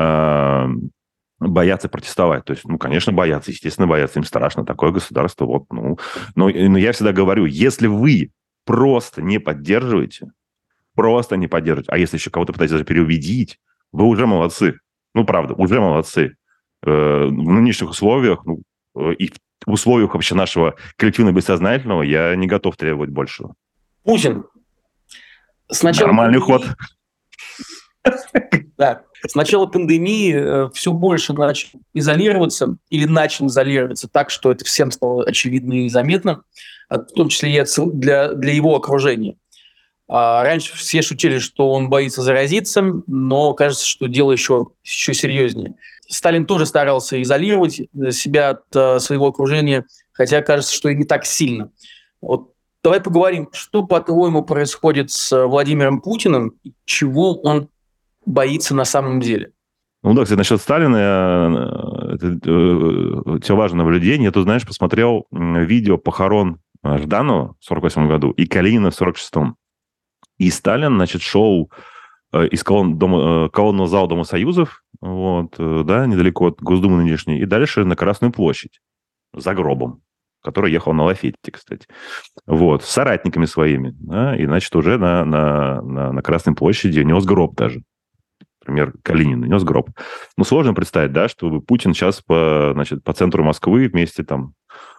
S1: боятся протестовать. То есть, ну, конечно, боятся, естественно, боятся, им страшно, такое государство, вот, ну. Но я всегда говорю, если вы просто не поддерживаете, а если еще кого-то пытаетесь даже переубедить, вы уже молодцы. Ну, правда, уже молодцы. В нынешних условиях, ну, и в условиях вообще нашего коллективного бессознательного я не готов требовать большего.
S2: Путин.
S1: Нормальный ход.
S2: Да. С начала пандемии все больше начал изолироваться так, что это всем стало очевидно и заметно, в том числе и для его окружения. Раньше все шутили, что он боится заразиться, но кажется, что дело еще серьезнее. Сталин тоже старался изолировать себя от своего окружения, хотя кажется, что и не так сильно. Вот давай поговорим, что, по-твоему, происходит с Владимиром Путиным, и чего он боится на самом деле?
S1: Ну да, кстати, насчет Сталина, это все важное наблюдение. Я тут, знаешь, посмотрел видео похорон Жданова в 1948 году и Калинина в 1946. И Сталин, значит, шел из колонного зала Дома Союзов, вот, да, недалеко от Госдумы нынешней, и дальше на Красную площадь за гробом, который ехал на лафете, кстати. Вот, с соратниками своими, да, и, значит, уже на Красной площади нес гроб даже. Например, Калинин нес гроб. Ну, сложно представить, да, чтобы Путин сейчас по центру Москвы вместе там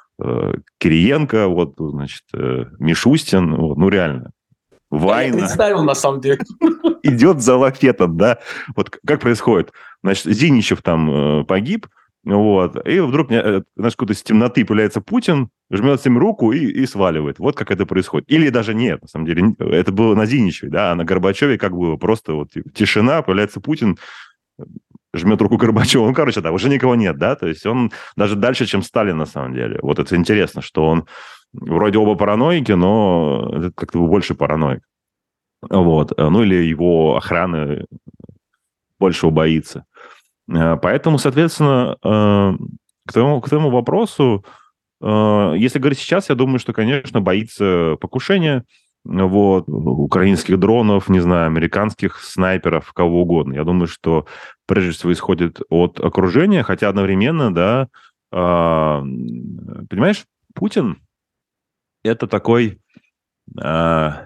S1: Кириенко, вот, значит, Мишустин, вот, ну, реально. Вайна.
S2: Я представил, на самом деле.
S1: Идет за лафетом, да. Вот как происходит? Значит, Зиничев там погиб, вот, и вдруг, знаешь, откуда из темноты появляется Путин, жмет всем руку и сваливает. Вот как это происходит. Или даже нет, на самом деле. Это было на Зиничеве, да, а на Горбачеве как было? Просто вот тишина, появляется Путин, жмет руку Горбачеву. Ну, короче, да, уже никого нет, да. То есть он даже дальше, чем Сталин, на самом деле. Вот это интересно, что он вроде оба параноики, но это как-то больше параноик. Вот. Ну, или его охраны больше боится. Поэтому, соответственно, к твоему вопросу, если говорить сейчас, я думаю, что, конечно, боится покушения, вот, украинских дронов, не знаю, американских снайперов, кого угодно. Я думаю, что прежде всего исходит от окружения, хотя одновременно, да, понимаешь, Путин это такой, это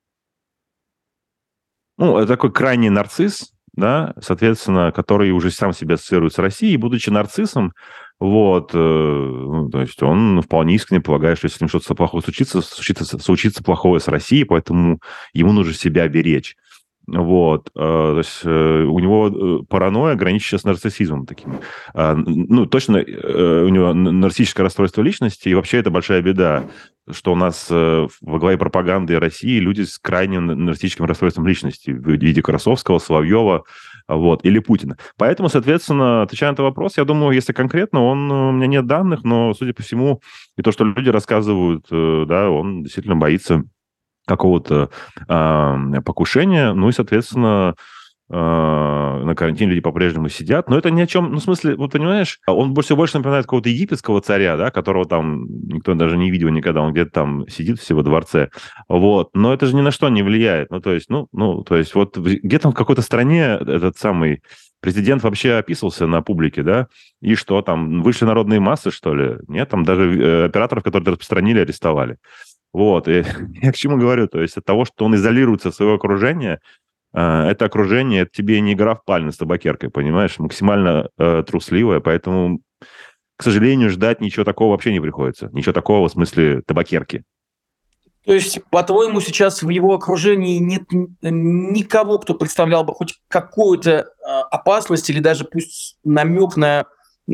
S1: такой крайний нарцисс, да, соответственно, который уже сам себя ассоциирует с Россией, будучи нарциссом, вот, то есть он вполне искренне полагает, что если с ним что-то плохое случится плохое с Россией, поэтому ему нужно себя беречь. Вот, то есть у него паранойя, граничащая с нарциссизмом таким. Ну, точно, у него нарциссическое расстройство личности, и вообще это большая беда, что у нас во главе пропаганды России люди с крайним нарциссическим расстройством личности в виде Красовского, Соловьева, вот, или Путина. Поэтому, соответственно, отвечая на этот вопрос, я думаю, если конкретно, у меня нет данных, но, судя по всему, и то, что люди рассказывают, да, он действительно боится какого-то покушения, ну и, соответственно, на карантине люди по-прежнему сидят, но это ни о чем, ну, в смысле, вот понимаешь, он все больше напоминает какого-то египетского царя, да, которого там никто даже не видел никогда, он где-то там сидит все во дворце, вот, но это же ни на что не влияет, ну, то есть, то есть вот где-то в какой-то стране этот самый президент вообще описывался на публике, да, и что там, вышли народные массы, что ли? Нет, там даже операторов, которые это распространили, арестовали. Вот, и я к чему говорю, то есть от того, что он изолируется от своего окружения, это окружение, это тебе не игра в пальмы с табакеркой, понимаешь, максимально трусливое, поэтому, к сожалению, ждать ничего такого вообще не приходится. Ничего такого в смысле табакерки.
S2: То есть, по-твоему, сейчас в его окружении нет никого, кто представлял бы хоть какую-то опасность или даже пусть намек на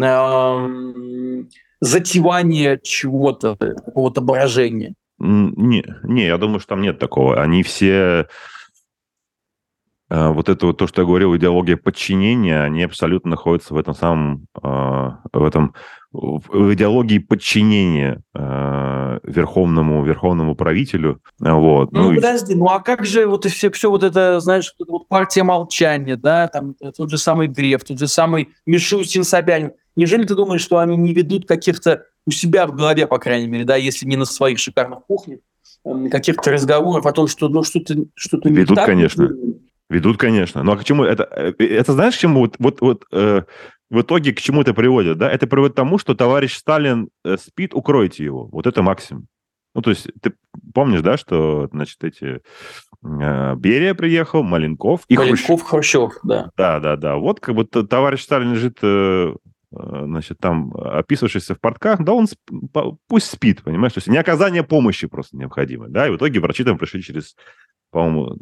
S2: затевание чего-то, какого-то брожения?
S1: Не, я думаю, что там нет такого. Они все... Вот это вот то, что я говорил, идеология подчинения, они абсолютно находятся в этом самом, в идеологии подчинения верховному правителю. Вот.
S2: Ну, подожди, ну а как же вот и все вот это, знаешь, вот эта вот партия молчания, да, там тот же самый Греф, тот же самый Мишустин, Собянин. Неужели ты думаешь, что они не ведут каких-то у себя в голове, по крайней мере, да, если не на своих шикарных кухнях, каких-то разговоров о том, что ну, что-то не
S1: ведут,
S2: так?
S1: конечно. Ведут, конечно. Но к чему это? Это знаешь, к чему в итоге к чему это приводит, да? Это приводит к тому, что товарищ Сталин спит, укройте его. Вот это максимум. Ну, то есть ты помнишь, да, что, значит, Берия приехал, Маленков и
S2: Хрущев, да.
S1: Да. Вот как бы товарищ Сталин лежит, значит, там, описывавшийся в портках, да, он пусть спит, понимаешь? То есть не оказание помощи просто необходимо, да? И в итоге врачи там пришли через, по-моему,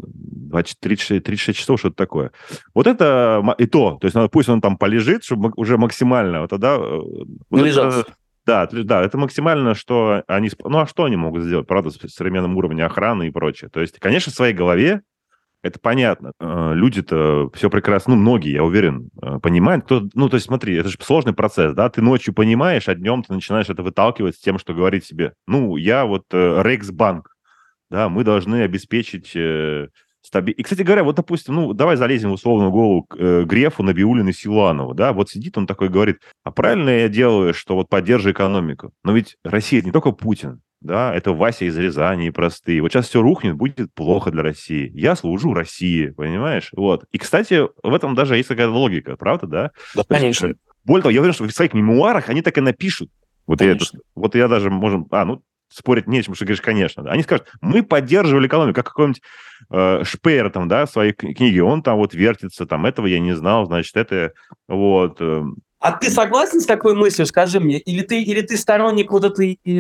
S1: 36 часов, что-то такое. Вот это и то есть надо, пусть он там полежит, чтобы уже максимально, вот тогда... Вот это, да, это максимально, что они... Ну, а что они могут сделать, правда, с современным уровнем охраны и прочее? То есть, конечно, в своей голове это понятно. Люди-то все прекрасно, ну, многие, я уверен, понимают. Ну, то есть, смотри, это же сложный процесс, да? Ты ночью понимаешь, а днем ты начинаешь это выталкивать с тем, что говорить себе, ну, я вот Рейхсбанк, да, мы должны обеспечить стабильность. И, кстати говоря, вот, допустим, ну, давай залезем в условную голову Грефу, Набиуллину и Силуанову, да, вот сидит он такой говорит, а правильно я делаю, что вот поддерживаю экономику? Но ведь Россия — это не только Путин, да, это Вася из Рязани простые. Вот сейчас все рухнет, будет плохо для России. Я служу России, понимаешь? Вот. И, кстати, в этом даже есть какая-то логика, правда, да?
S2: Да, конечно.
S1: Более того, я уверен, что в своих мемуарах они так и напишут. Вот я даже можем... спорить нечем, что говоришь, конечно. Они скажут, мы поддерживали экономику, как какой-нибудь Шпеер там, да, в своей книге, он там вот вертится, там, этого я не знал, значит, это вот...
S2: А ты согласен с такой мыслью, скажи мне? Или ты сторонник вот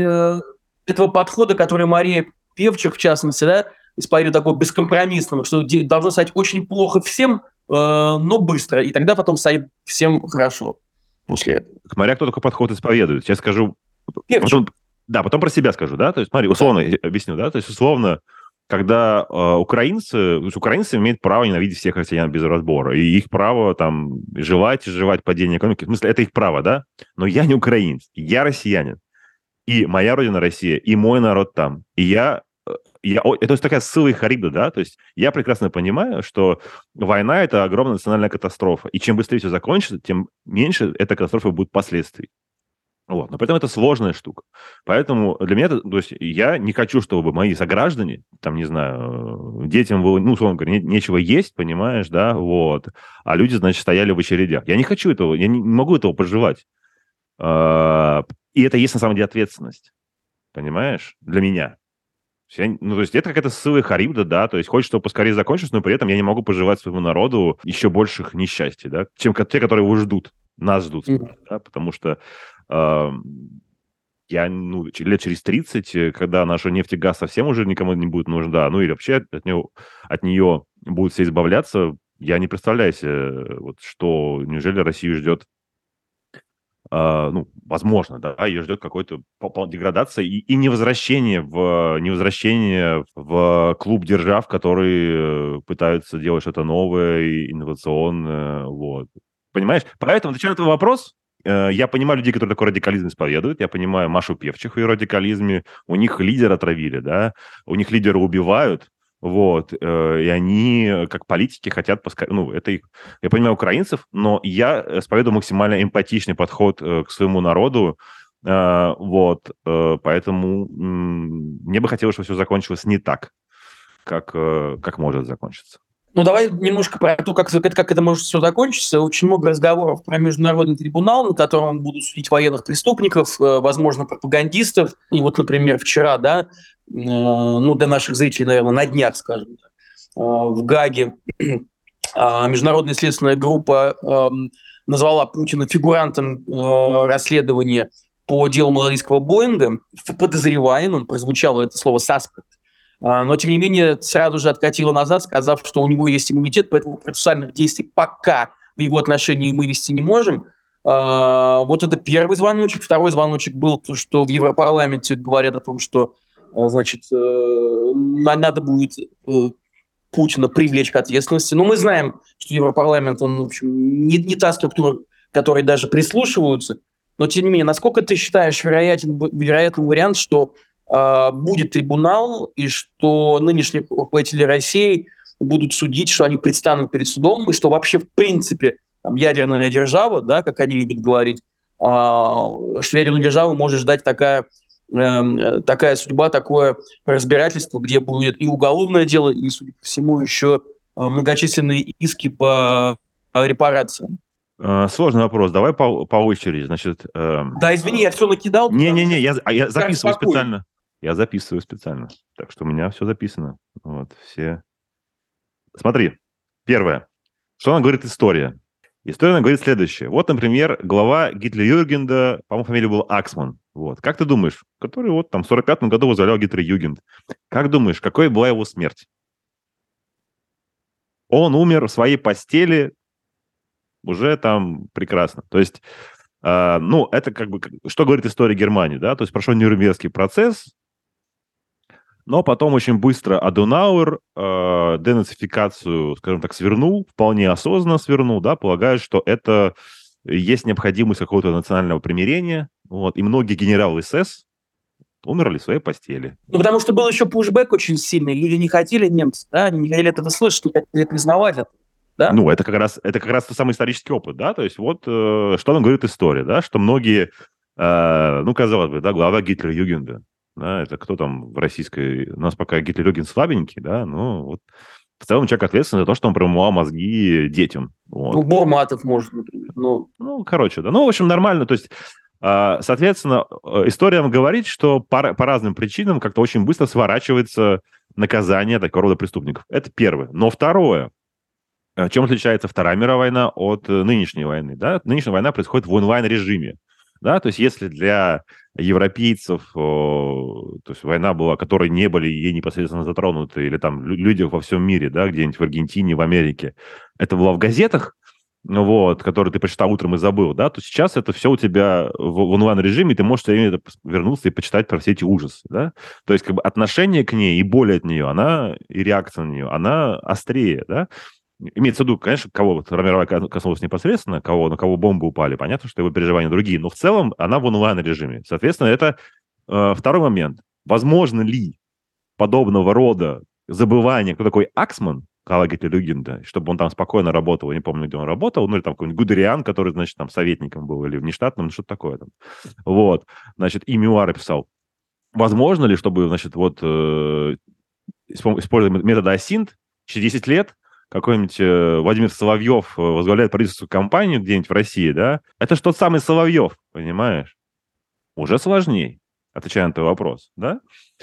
S2: этого подхода, который Мария Певчих, в частности, да, исповедует такого бескомпромиссного, что должно стать очень плохо всем, но быстро, и тогда потом станет всем хорошо после этого.
S1: Смотря кто такой подход исповедует. Сейчас скажу... Потом про себя скажу, да, то есть, смотри, условно объясню, да, то есть, условно, когда украинцы имеют право ненавидеть всех россиян без разбора, и их право там желать падение экономики, в смысле, это их право, да, но я не украинец, я россиянин, и моя родина Россия, и мой народ там, и это такая ссыла и харибда, да, то есть я прекрасно понимаю, что война — это огромная национальная катастрофа, и чем быстрее все закончится, тем меньше эта катастрофа будет последствий. Вот. Но при этом это сложная штука. Поэтому для меня, то есть я не хочу, чтобы мои сограждане, там, не знаю, детям было, ну, условно говоря, нечего есть, понимаешь, да, вот, а люди, значит, стояли в очередях. Я не хочу этого, я не могу этого проживать. И это есть, на самом деле, ответственность, понимаешь, для меня. То есть это какая-то ссыла и харибда, да, то есть хочется, чтобы поскорее закончилось, но при этом я не могу пожелать своему народу еще больших несчастий, да, чем те, которые его ждут, нас ждут, да, потому что я, лет через 30, когда наша нефть и газ совсем уже никому не будет нужна, ну или вообще от нее будут все избавляться, я не представляю себе, вот, что, неужели Россию ждет, ну, возможно, да, ее ждет какой-то деградация и невозвращение в клуб держав, которые пытаются делать что-то новое и инновационное, вот. Понимаешь? Поэтому, отвечая на твой вопрос, я понимаю людей, которые такой радикализм исповедуют, я понимаю Машу Певчих и ее радикализме, у них лидера отравили, да, у них лидера убивают, вот, и они, как политики, хотят, ну, это их, я понимаю украинцев, но я исповедую максимально эмпатичный подход к своему народу, вот, поэтому мне бы хотелось, чтобы все закончилось не так, как может закончиться.
S2: Ну, давай немножко про то, как это может все закончиться. Очень много разговоров про международный трибунал, на котором будут судить военных преступников, возможно, пропагандистов. И вот, например, вчера, да, ну, для наших зрителей, наверное, на днях, скажем так, в Гааге международная следственная группа назвала Путина фигурантом расследования по делу малазийского Боинга, подозреваемым, прозвучало это слово «suspect», но, тем не менее, сразу же откатила назад, сказав, что у него есть иммунитет, поэтому процессуальных действий пока в его отношении мы вести не можем. Вот это первый звоночек. Второй звоночек был, что в Европарламенте говорят о том, что, значит, надо будет Путина привлечь к ответственности. Но мы знаем, что Европарламент, он, в общем, не та структура, которой даже прислушиваются. Но, тем не менее, насколько ты считаешь вероятный вариант, что будет трибунал, и что нынешние руководители России будут судить, что они предстанут перед судом, и что вообще, в принципе, там, ядерная держава, да, как они любят говорить, что ядерную державу может ждать такая судьба, такое разбирательство, где будет и уголовное дело, и, судя по всему, еще многочисленные иски по репарациям.
S1: Сложный вопрос. Давай по очереди. Значит,
S2: да, извини, я все накидал.
S1: Не-не-не, я записываю специально. Я записываю специально. Так что у меня все записано. Вот, все. Смотри, первое. Что она говорит история? История она говорит следующее. Вот, например, глава Гитлер-Югенда, по-моему, фамилия была Аксман. Вот. Как ты думаешь, который вот там в 45-м году возглавлял Гитлер-Югенд, как думаешь, какой была его смерть? Он умер в своей постели уже там прекрасно. То есть, ну, это как бы, что говорит история Германии, да? То есть прошел Нюрнбергский процесс, но потом очень быстро Аденауэр денацификацию, скажем так, свернул, вполне осознанно свернул, да, полагая, что это есть необходимость какого-то национального примирения, вот, и многие генералы СС умерли в своей постели.
S2: Ну, потому что был еще пушбэк очень сильный, люди не хотели немцы, да, они не хотели это слышать, не хотели признавать это. Да?
S1: Ну, это как раз тот самый исторический опыт, да, то есть вот что нам говорит история, да, что многие, ну, казалось бы, да, глава Гитлер-Югенда, да, это кто там в российской... У нас пока Гитлер-Югенд слабенький, да, но вот в целом человек ответственный за то, что он промывал мозги детям. Вот.
S2: Ну, Бурматов, может, например.
S1: Ну, короче, да. Ну, в общем, нормально, то есть, соответственно, история нам говорит, что по разным причинам как-то очень быстро сворачивается наказание такого рода преступников. Это первое. Но второе. Чем отличается Вторая мировая война от нынешней войны? Да? Нынешняя война происходит в онлайн-режиме. Да? То есть если для европейцев то есть война была, которые не были ей непосредственно затронуты, или там люди во всем мире, да, где-нибудь в Аргентине, в Америке, это было в газетах, вот, которые ты прочитал утром и забыл, да, то сейчас это все у тебя в онлайн-режиме, и ты можешь все время вернуться и почитать про все эти ужасы, да. То есть как бы отношение к ней и боль от нее, она, и реакция на нее, она острее, да. Имеется в виду, конечно, кого вот Вторая мировая коснулась непосредственно, на кого бомбы упали, понятно, что его переживания другие, но в целом она в онлайн-режиме. Соответственно, это второй момент. Возможно ли подобного рода забывание, кто такой Аксман, глава Гитлер-Югенда, чтобы он там спокойно работал, я не помню, где он работал, ну или там какой-нибудь Гудериан, который, значит, там советником был, или внештатным, ну что-то такое там. Вот, значит, и мемуары писал. Возможно ли, чтобы, значит, вот используя метод АСИНТ, через 10 лет какой-нибудь Владимир Соловьев возглавляет правительственную компанию где-нибудь в России, да, это же тот самый Соловьев, понимаешь? Уже сложнее, отвечая на твой вопрос, да?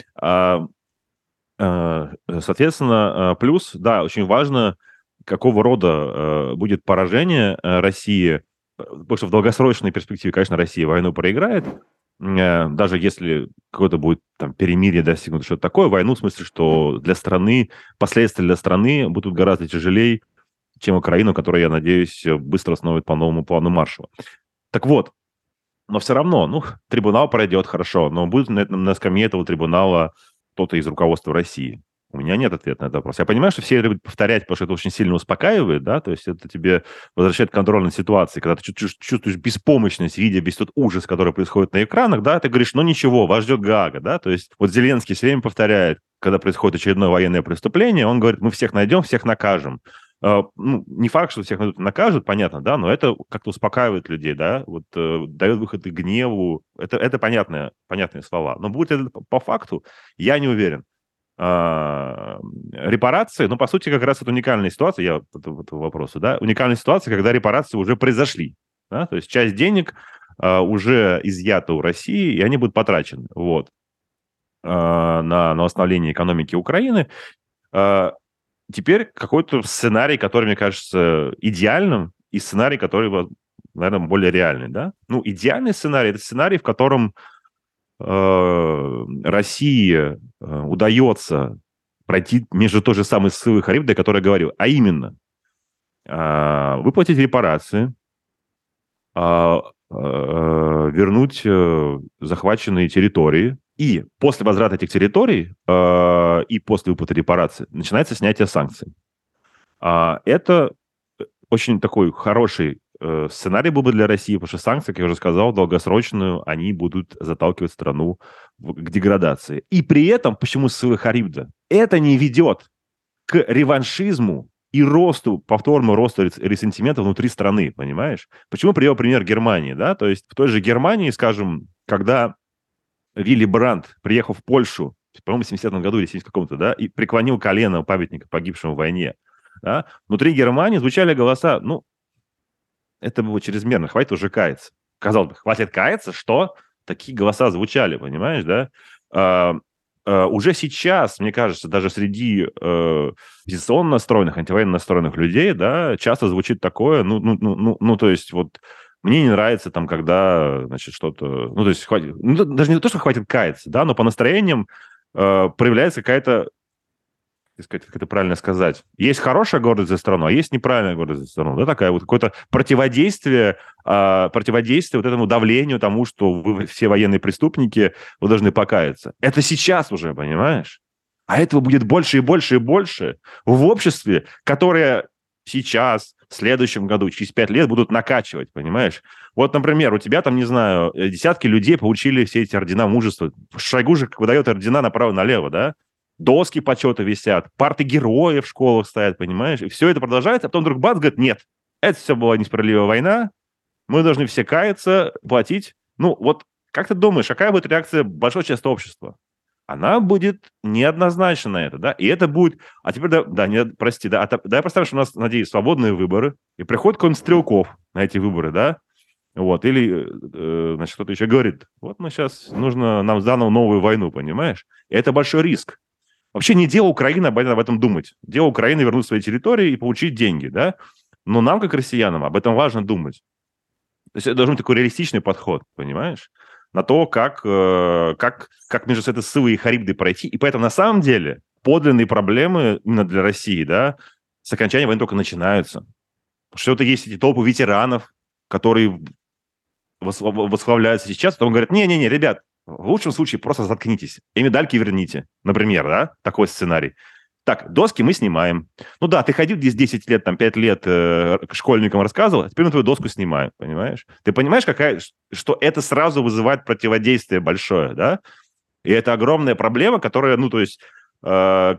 S1: Соответственно, плюс, да, очень важно, какого рода будет поражение России, потому что в долгосрочной перспективе, конечно, Россия войну проиграет, даже если какое-то будет там перемирие достигнуто, что-то такое, войну, в смысле, что для страны, последствия для страны будут гораздо тяжелее, чем Украину, которая, я надеюсь, быстро восстановит по новому плану Маршалла. Так вот, но все равно, ну, трибунал пройдет хорошо, но будет на скамье этого трибунала кто-то из руководства России. У меня нет ответа на этот вопрос. Я понимаю, что все это будут повторять, потому что это очень сильно успокаивает, да, то есть это тебе возвращает контроль над ситуацией, когда ты чувствуешь беспомощность, видя весь тот ужас, который происходит на экранах, да, ты говоришь, ну ничего, вас ждет Гаага, да, то есть вот Зеленский все время повторяет, когда происходит очередное военное преступление, он говорит, мы всех найдем, всех накажем. Ну, не факт, что всех накажут, понятно, да, но это как-то успокаивает людей, да, вот дает выход и гневу, это понятные слова. Но будет это по факту, я не уверен. Репарации, ну, по сути, как раз это уникальная ситуация, я вот вопросу, да, уникальная ситуация, когда репарации уже произошли, да, то есть часть денег уже изъята у России, и они будут потрачены, вот, на восстановление экономики Украины. Теперь какой-то сценарий, который, мне кажется, идеальным, и сценарий, который, наверное, более реальный, да? Ну, идеальный сценарий – это сценарий, в котором России удается пройти между той же самой ссылой Харибды, о которой я говорил, а именно выплатить репарации, вернуть захваченные территории, и после возврата этих территорий и после выплаты репараций начинается снятие санкций. Это очень такой хороший сценарий был бы для России, потому что санкции, как я уже сказал, долгосрочную, они будут заталкивать страну к деградации. И при этом, почему ссылка Харибда? Это не ведет к реваншизму и росту, повторному росту ресентимента внутри страны, понимаешь? Почему привел пример Германии, да? То есть в той же Германии, скажем, когда Вилли Брандт приехал в Польшу, по-моему, в 70-м году или 70 каком-то, да, и преклонил колено у памятника погибшим в войне, да, внутри Германии звучали голоса, ну, это было чрезмерно, хватит уже каяться. Казалось бы, хватит каяться, что? Такие голоса звучали, понимаешь, да? Уже сейчас, мне кажется, даже среди оппозиционно настроенных, антивоенно настроенных людей, да, часто звучит такое, ну, то есть вот мне не нравится там, когда, значит, что-то, ну, то есть хватит, ну, даже не то, что хватит каяться, да, но по настроениям проявляется какая-то, как это правильно сказать, есть хорошая гордость за страну, а есть неправильная гордость за страну, да, такая вот какое-то противодействие вот этому давлению тому, что вы все военные преступники, вы должны покаяться. Это сейчас уже, понимаешь? А этого будет больше и больше и больше в обществе, которое сейчас, в следующем году, через 5 лет будут накачивать, понимаешь? Вот, например, у тебя там, не знаю, десятки людей получили все эти ордена мужества. Шойгу же выдает ордена направо-налево, да? Доски почета висят, парты героев в школах стоят, понимаешь? И все это продолжается, а потом вдруг бац, говорит, нет, это все была несправедливая война, мы должны все каяться, платить. Ну, вот как ты думаешь, какая будет реакция большой части общества? Она будет неоднозначна на это, да, и это будет... А теперь, прости, да, я представлю, что у нас, надеюсь, свободные выборы, и приходит какой-нибудь Стрелков на эти выборы, да, вот, или, значит, кто-то еще говорит, вот мы сейчас, нужно нам заново новую войну, понимаешь? И это большой риск. Вообще не дело Украины об этом думать. Дело Украины вернуть свои территории и получить деньги, да? Но нам, как россиянам, об этом важно думать. То есть это должен быть такой реалистичный подход, понимаешь? На то, как между этой ссылой и Харибдой пройти. И поэтому, на самом деле, подлинные проблемы именно для России, да, с окончания войны только начинаются. Потому что это есть эти толпы ветеранов, которые восславляются сейчас, потом говорят, не-не-не, ребят, в лучшем случае просто заткнитесь и медальки верните, например, да, такой сценарий. Так, доски мы снимаем. Ну да, ты ходил здесь 10 лет, там, 5 лет школьникам рассказывал, а теперь мы твою доску снимаем, понимаешь? Ты понимаешь, что это сразу вызывает противодействие большое, да? И это огромная проблема, которая, ну, то есть, я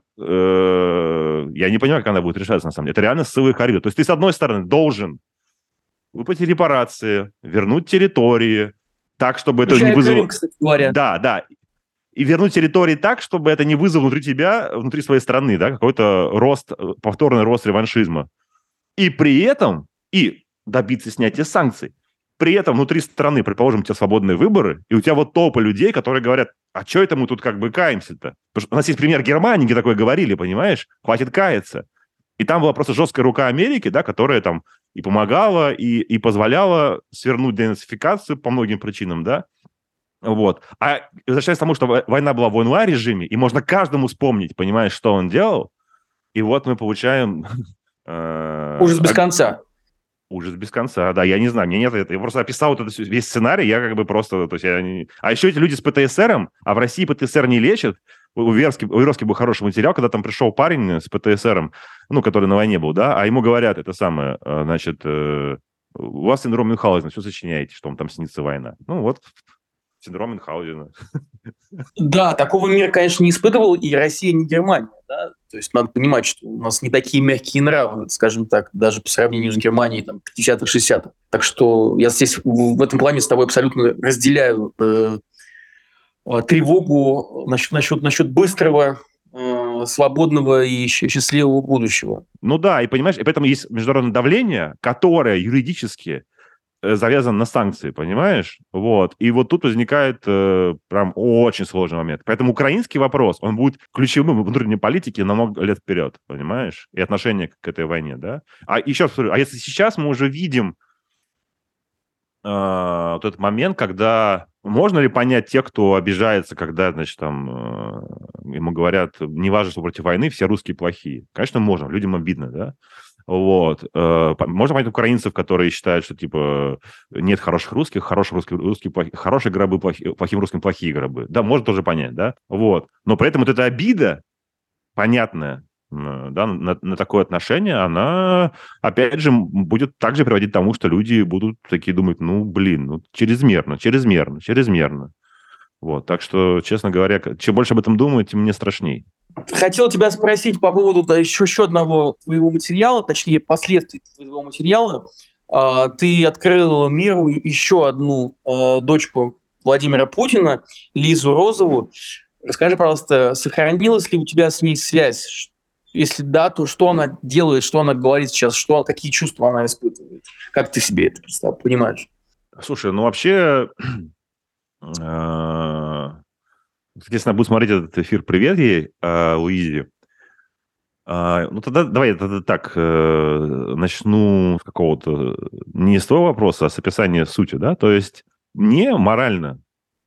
S1: не понимаю, как она будет решаться, на самом деле. Это реально ссылка Харибда. То есть ты, с одной стороны, должен выплатить репарации, вернуть территории, так, чтобы это не вызвало...
S2: Крым, кстати говоря.
S1: Да. И вернуть территории так, чтобы это не вызвало внутри тебя, внутри своей страны, да, какой-то рост, повторный рост реваншизма. И при этом, и добиться снятия санкций. При этом внутри страны, предположим, у тебя свободные выборы, и у тебя вот толпа людей, которые говорят, а что это мы тут как бы каемся-то? Потому что у нас есть пример Германии, где такое говорили, понимаешь? Хватит каяться. И там была просто жесткая рука Америки, да, которая там и помогала, и позволяла свернуть денацификацию по многим причинам, да. Вот. А возвращаясь к тому, что война была в онлайн-режиме, и можно каждому вспомнить, понимаешь, что он делал, и вот мы получаем
S2: Ужас без конца.
S1: ужас без конца. Да, я не знаю, мне нет этого. Я просто описал вот этот весь сценарий, я как бы просто... То есть я не... А еще эти люди с ПТСРом, а в России ПТСР не лечат. У Веровски был хороший материал, когда там пришел парень с ПТСРом, ну, который на войне был, да, а ему говорят это самое, значит, у вас синдром Мюнхгаузена, все сочиняете, что вам там снится война. Ну, вот синдром Мюнхгаузена.
S2: Да, такого мир, конечно, не испытывал и Россия, не Германия. Да? То есть надо понимать, что у нас не такие мягкие нравы, скажем так, даже по сравнению с Германией там, 50-х, 60-х. Так что я здесь в этом плане с тобой абсолютно разделяю тревогу насчет быстрого, свободного и счастливого будущего.
S1: Ну да, и понимаешь, и поэтому есть международное давление, которое юридически завязан на санкции, понимаешь? Вот. И вот тут возникает прям очень сложный момент. Поэтому украинский вопрос, он будет ключевым в внутренней политике на много лет вперед, понимаешь? И отношение к этой войне, да? А еще раз повторю, а если сейчас мы уже видим вот этот момент, когда можно ли понять тех, кто обижается, когда, значит, там ему говорят, не важно, что против войны, все русские плохие. Конечно, можем, людям обидно, да? Вот. Можно понять украинцев, которые считают, что, типа, нет хороших русских, хорошие гробы, плохим русским плохие гробы. Да, можно тоже понять, да? Вот. Но при этом вот эта обида, понятная, да, на такое отношение, она, опять же, будет также приводить к тому, что люди будут такие думать, ну, блин, ну, чрезмерно. Вот, так что, честно говоря, чем больше об этом думаю, тем мне страшней.
S2: Хотел тебя спросить по поводу еще одного твоего материала, точнее, последствий твоего материала. Ты открыл миру еще одну дочку Владимира Путина, Лизу Розову. Расскажи, пожалуйста, сохранилась ли у тебя с ней связь? Если да, то что она делает, что она говорит сейчас, какие чувства она испытывает? Как ты себе это понимаешь?
S1: Слушай, ну вообще, если она будет смотреть этот эфир, привет ей, Луизе. Ну тогда давай я так начну с какого-то не с твоего вопроса, а с описания сути, да? То есть мне морально,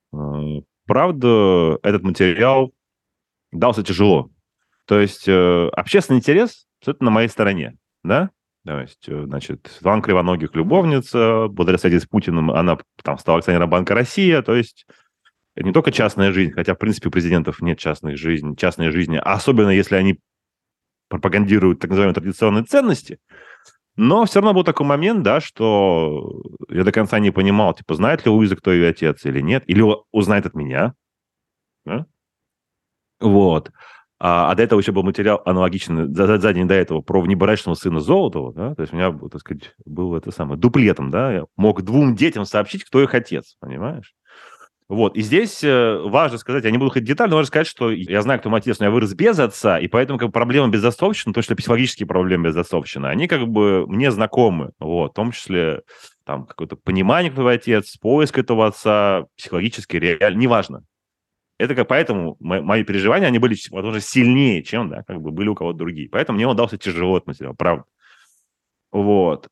S1: правда, этот материал дался тяжело. То есть общественный интерес абсолютно на моей стороне, да? То есть, значит, Светлана Кривоногих любовница, благодаря связи с Путиным она там стала акционером Банка Россия, то есть это не только частная жизнь, хотя, в принципе, у президентов нет частной жизни, а особенно если они пропагандируют так называемые традиционные ценности. Но все равно был такой момент, да, что я до конца не понимал, типа, знает ли Луиза, кто ее отец или нет, или узнает от меня. Да? Вот. А до этого еще был материал аналогичный за день до этого про внебрачного сына Золотова, да, то есть у меня, так сказать, был это самое, дуплетом, да, я мог 2 детям сообщить, кто их отец, понимаешь? Вот, и здесь важно сказать, я не буду ходить детально, но важно сказать, что я знаю, кто мой отец, но я вырос без отца, и поэтому как бы проблемы безотцовщины, то, что психологические проблемы безотцовщины, они как бы мне знакомы, вот, в том числе там какое-то понимание, кто твой отец, поиск этого отца, психологически, реально, неважно. Это как поэтому мои переживания, они были, возможно, сильнее, чем, да, как бы были у кого-то другие. Поэтому мне он дался тяжело этот материал, правда. Вот.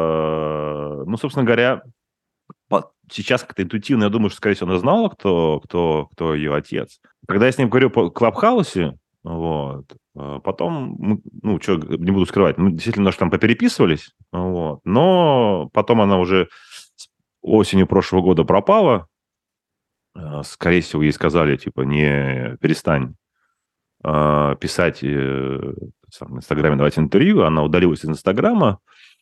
S1: Ну, собственно говоря, сейчас как-то интуитивно я думаю, что, скорее всего, она знала, кто ее отец. Когда я с ним говорю по Клабхаусе, вот, потом, ну, что, не буду скрывать, мы действительно немножко там попереписывались, вот, но потом она уже осенью прошлого года пропала. Скорее всего, ей сказали, типа, не перестань писать в Инстаграме, давать интервью. Она удалилась из Инстаграма.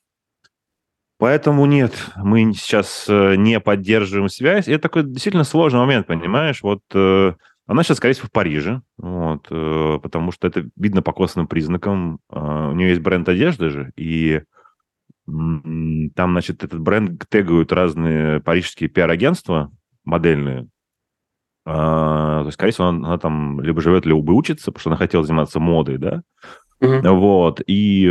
S1: Поэтому нет, мы сейчас не поддерживаем связь. И это такой действительно сложный момент, понимаешь? Вот она сейчас, скорее всего, в Париже, вот, потому что это видно по косвенным признакам. У нее есть бренд одежды же, и там, значит, этот бренд тегают разные парижские пиар-агентства модельные. То есть, скорее всего, она там либо живет, либо учится, потому что она хотела заниматься модой, да? Вот, и,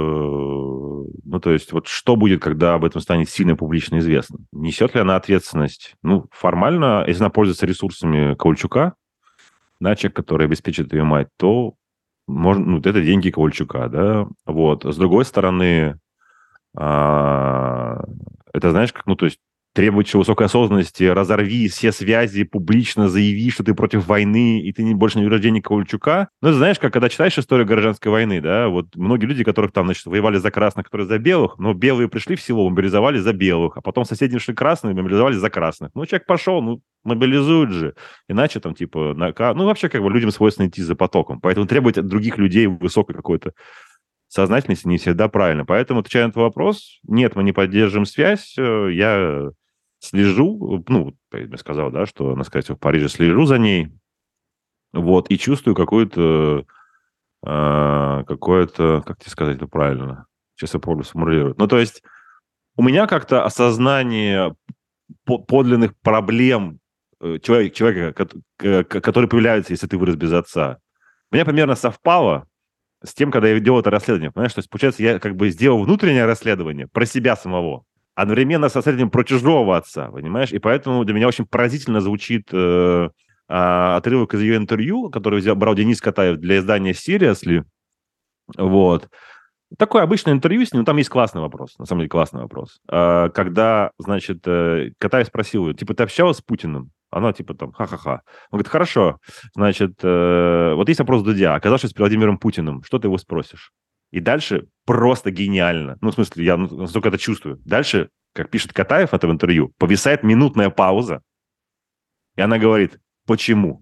S1: ну, то есть, вот что будет, когда об этом станет сильно публично известно? Несет ли она ответственность? Ну, формально, если она пользуется ресурсами Ковальчука, да, человек, который обеспечит ее мать, то можно, ну, это деньги Ковальчука, да? Вот, с другой стороны, это, знаешь, как, ну, то есть, требовать еще высокой осознанности, разорви все связи, публично заяви, что ты против войны, и ты больше не берешь денег Ковальчука. Ну, знаешь, как когда читаешь историю гражданской войны, да, вот многие люди, которых там, значит, воевали за красных, которые за белых, но белые пришли в село, мобилизовали за белых, а потом соседи шли красные, мобилизовали за красных. Ну, человек пошел, ну, мобилизуют же. Иначе там, типа, ну, вообще, как бы, людям свойственно идти за потоком. Поэтому требовать от других людей высокой какой-то сознательности не всегда правильно. Поэтому, отвечая на твой вопрос, нет, мы не поддерживаем связь. Я слежу, ну, я сказал, да, что она, скорее всего, в Париже, слежу за ней, вот, и чувствую какое-то, как тебе сказать это правильно? Сейчас я попробую сформулировать. Ну, то есть у меня как-то осознание подлинных проблем человека, который появляется, если ты вырос без отца, у меня примерно совпало с тем, когда я делал это расследование. Понимаешь, то есть, получается, я как бы сделал внутреннее расследование про себя самого, одновременно с расследованием про чужого отца, понимаешь? И поэтому для меня очень поразительно звучит отрывок из ее интервью, который брал Денис Катаев для издания Seriously. Вот. Такое обычное интервью с ним, там есть классный вопрос, на самом деле классный вопрос. Когда, значит, Катаев спросил ее, типа, ты общалась с Путиным? Она, типа, там, ха-ха-ха. Он говорит, хорошо, значит, вот есть вопрос Дудя. Оказавшись с Владимиром Путиным, что ты его спросишь? И дальше просто гениально. Ну, в смысле, я настолько это чувствую. Дальше, как пишет Катаев в этом интервью, повисает минутная пауза, и она говорит, почему?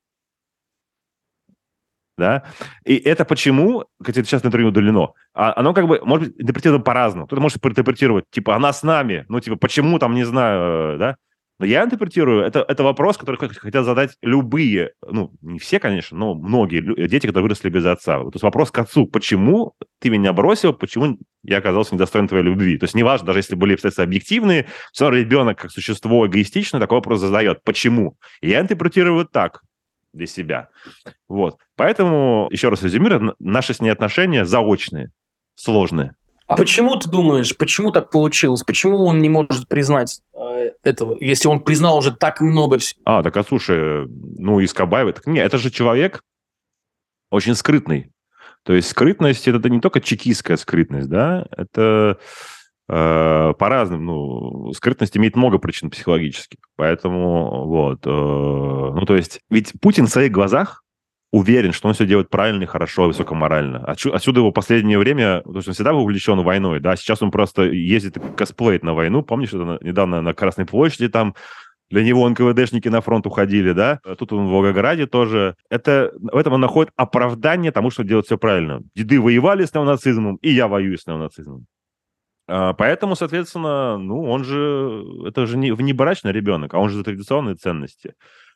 S1: Да? И это почему, хотя сейчас на интервью удалено, оно как бы может быть интерпретировано по-разному. Кто-то может интерпретировать, типа, она с нами, ну, типа, почему там, не знаю, да? Но я интерпретирую, это вопрос, который хотят задать любые, ну, не все, конечно, но многие дети, которые выросли без отца. То есть вопрос к отцу, почему ты меня бросил, почему я оказался недостоин твоей любви? То есть неважно, даже если были обстоятельства объективные, все равно ребенок, как существо эгоистичное, такой вопрос задает. Почему? И я интерпретирую вот так для себя. Вот. Поэтому, еще раз резюмирую, наши с ней отношения заочные, сложные.
S2: А почему ты думаешь, почему так получилось? Почему он не может признать этого, если он признал уже так много всего?
S1: Так, слушай, ну, Искабаева, так нет, это же человек очень скрытный. То есть скрытность – это не только чекистская скрытность, да, это по-разному. Ну, скрытность имеет много причин психологических. Поэтому, вот, ну, то есть, ведь Путин в своих глазах уверен, что он все делает правильно и хорошо, высокоморально. Отсюда его последнее время, потому что он всегда был увлечен войной, да, сейчас он просто ездит и косплеит на войну. Помнишь, это недавно на Красной площади там для него НКВДшники на фронт уходили, да? Тут он в Волгограде тоже. В этом он находит оправдание тому, что делает все правильно. Деды воевали с неонацизмом, и я воюю с неонацизмом. Поэтому, соответственно, ну, он же, это же не внебрачный ребенок, а он же за традиционные ценности.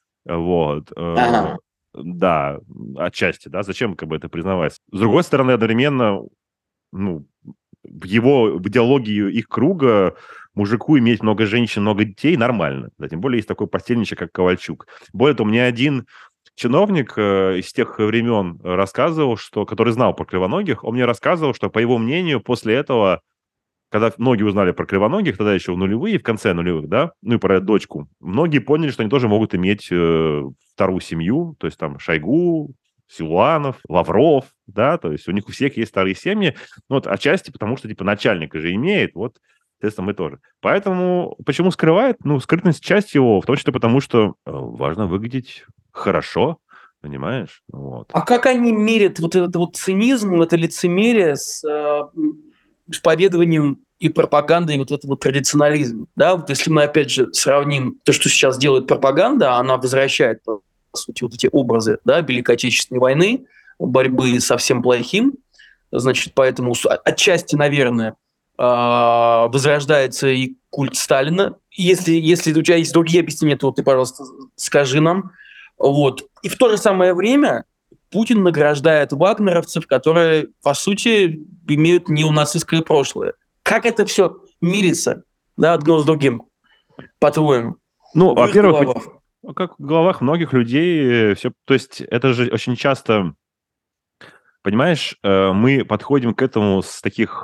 S1: Вот.
S2: Ага.
S1: Да, отчасти, да, зачем как бы это признавать? С другой стороны, одновременно, ну, в идеологии их круга мужику иметь много женщин, много детей нормально. Да, тем более есть такой постельничек, как Ковальчук. Более того, мне один чиновник из тех времен рассказывал, который знал про Кривоногих, он мне рассказывал, что, по его мнению, после этого, когда многие узнали про Кривоногих, тогда еще в нулевые, в конце нулевых, да, ну и про дочку, многие поняли, что они тоже могут иметь вторую семью, то есть там Шойгу, Силуанов, Лавров, да, то есть у них у всех есть вторые семьи, ну вот отчасти потому, что типа начальника же имеет, вот, соответственно, мы тоже. Поэтому почему скрывает? Ну, скрытность часть его, в том числе потому, что важно выглядеть хорошо, понимаешь? Вот.
S2: А как они мерят вот этот вот цинизм, это лицемерие с исповедованием и пропагандой вот этого традиционализма? Да, вот если мы опять же сравним то, что сейчас делает пропаганда, она возвращает, по сути, вот эти образы, да, Великой Отечественной войны, борьбы со всем плохим, значит, поэтому отчасти, наверное, возрождается и культ Сталина. Если у тебя есть другие объяснения, то ты, пожалуйста, скажи нам. Вот. И в то же самое время Путин награждает вагнеровцев, которые, по сути, имеют неонацистское прошлое. Как это все мирится, да, одно с другим, по-твоему?
S1: Ну, во-первых, как в головах многих людей все... То есть это же очень часто... Понимаешь, мы подходим к этому с таких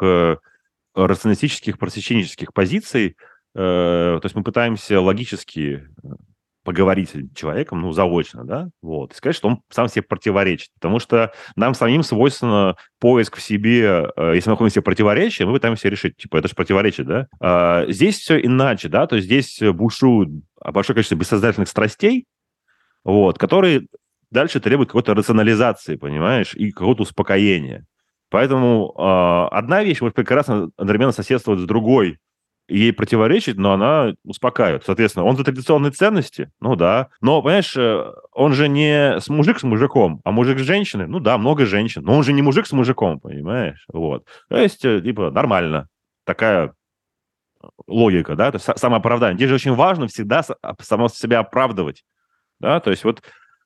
S1: рационалистических, просвещенческих позиций, то есть мы пытаемся логически поговорить с человеком, ну, заочно, да, вот, и сказать, что он сам себе противоречит. Потому что нам самим свойственно поиск в себе, если мы находим себе противоречие, мы пытаемся решить, типа, это же противоречие, да? Здесь все иначе, да, то есть здесь бушует большое количество бессознательных страстей, вот, которые дальше требуют какой-то рационализации, понимаешь, и какого-то успокоения. Поэтому одна вещь может прекрасно одновременно соседствовать с другой, и ей противоречит, но она успокаивает. Соответственно, он за традиционные ценности, ну да. Но, понимаешь, он же не мужик с мужиком, а мужик с женщиной. Ну да, много женщин, но он же не мужик с мужиком, понимаешь? Вот. То есть, типа, нормально. Такая логика, да, то есть самооправдание. Здесь же очень важно всегда само себя оправдывать, да, то есть вот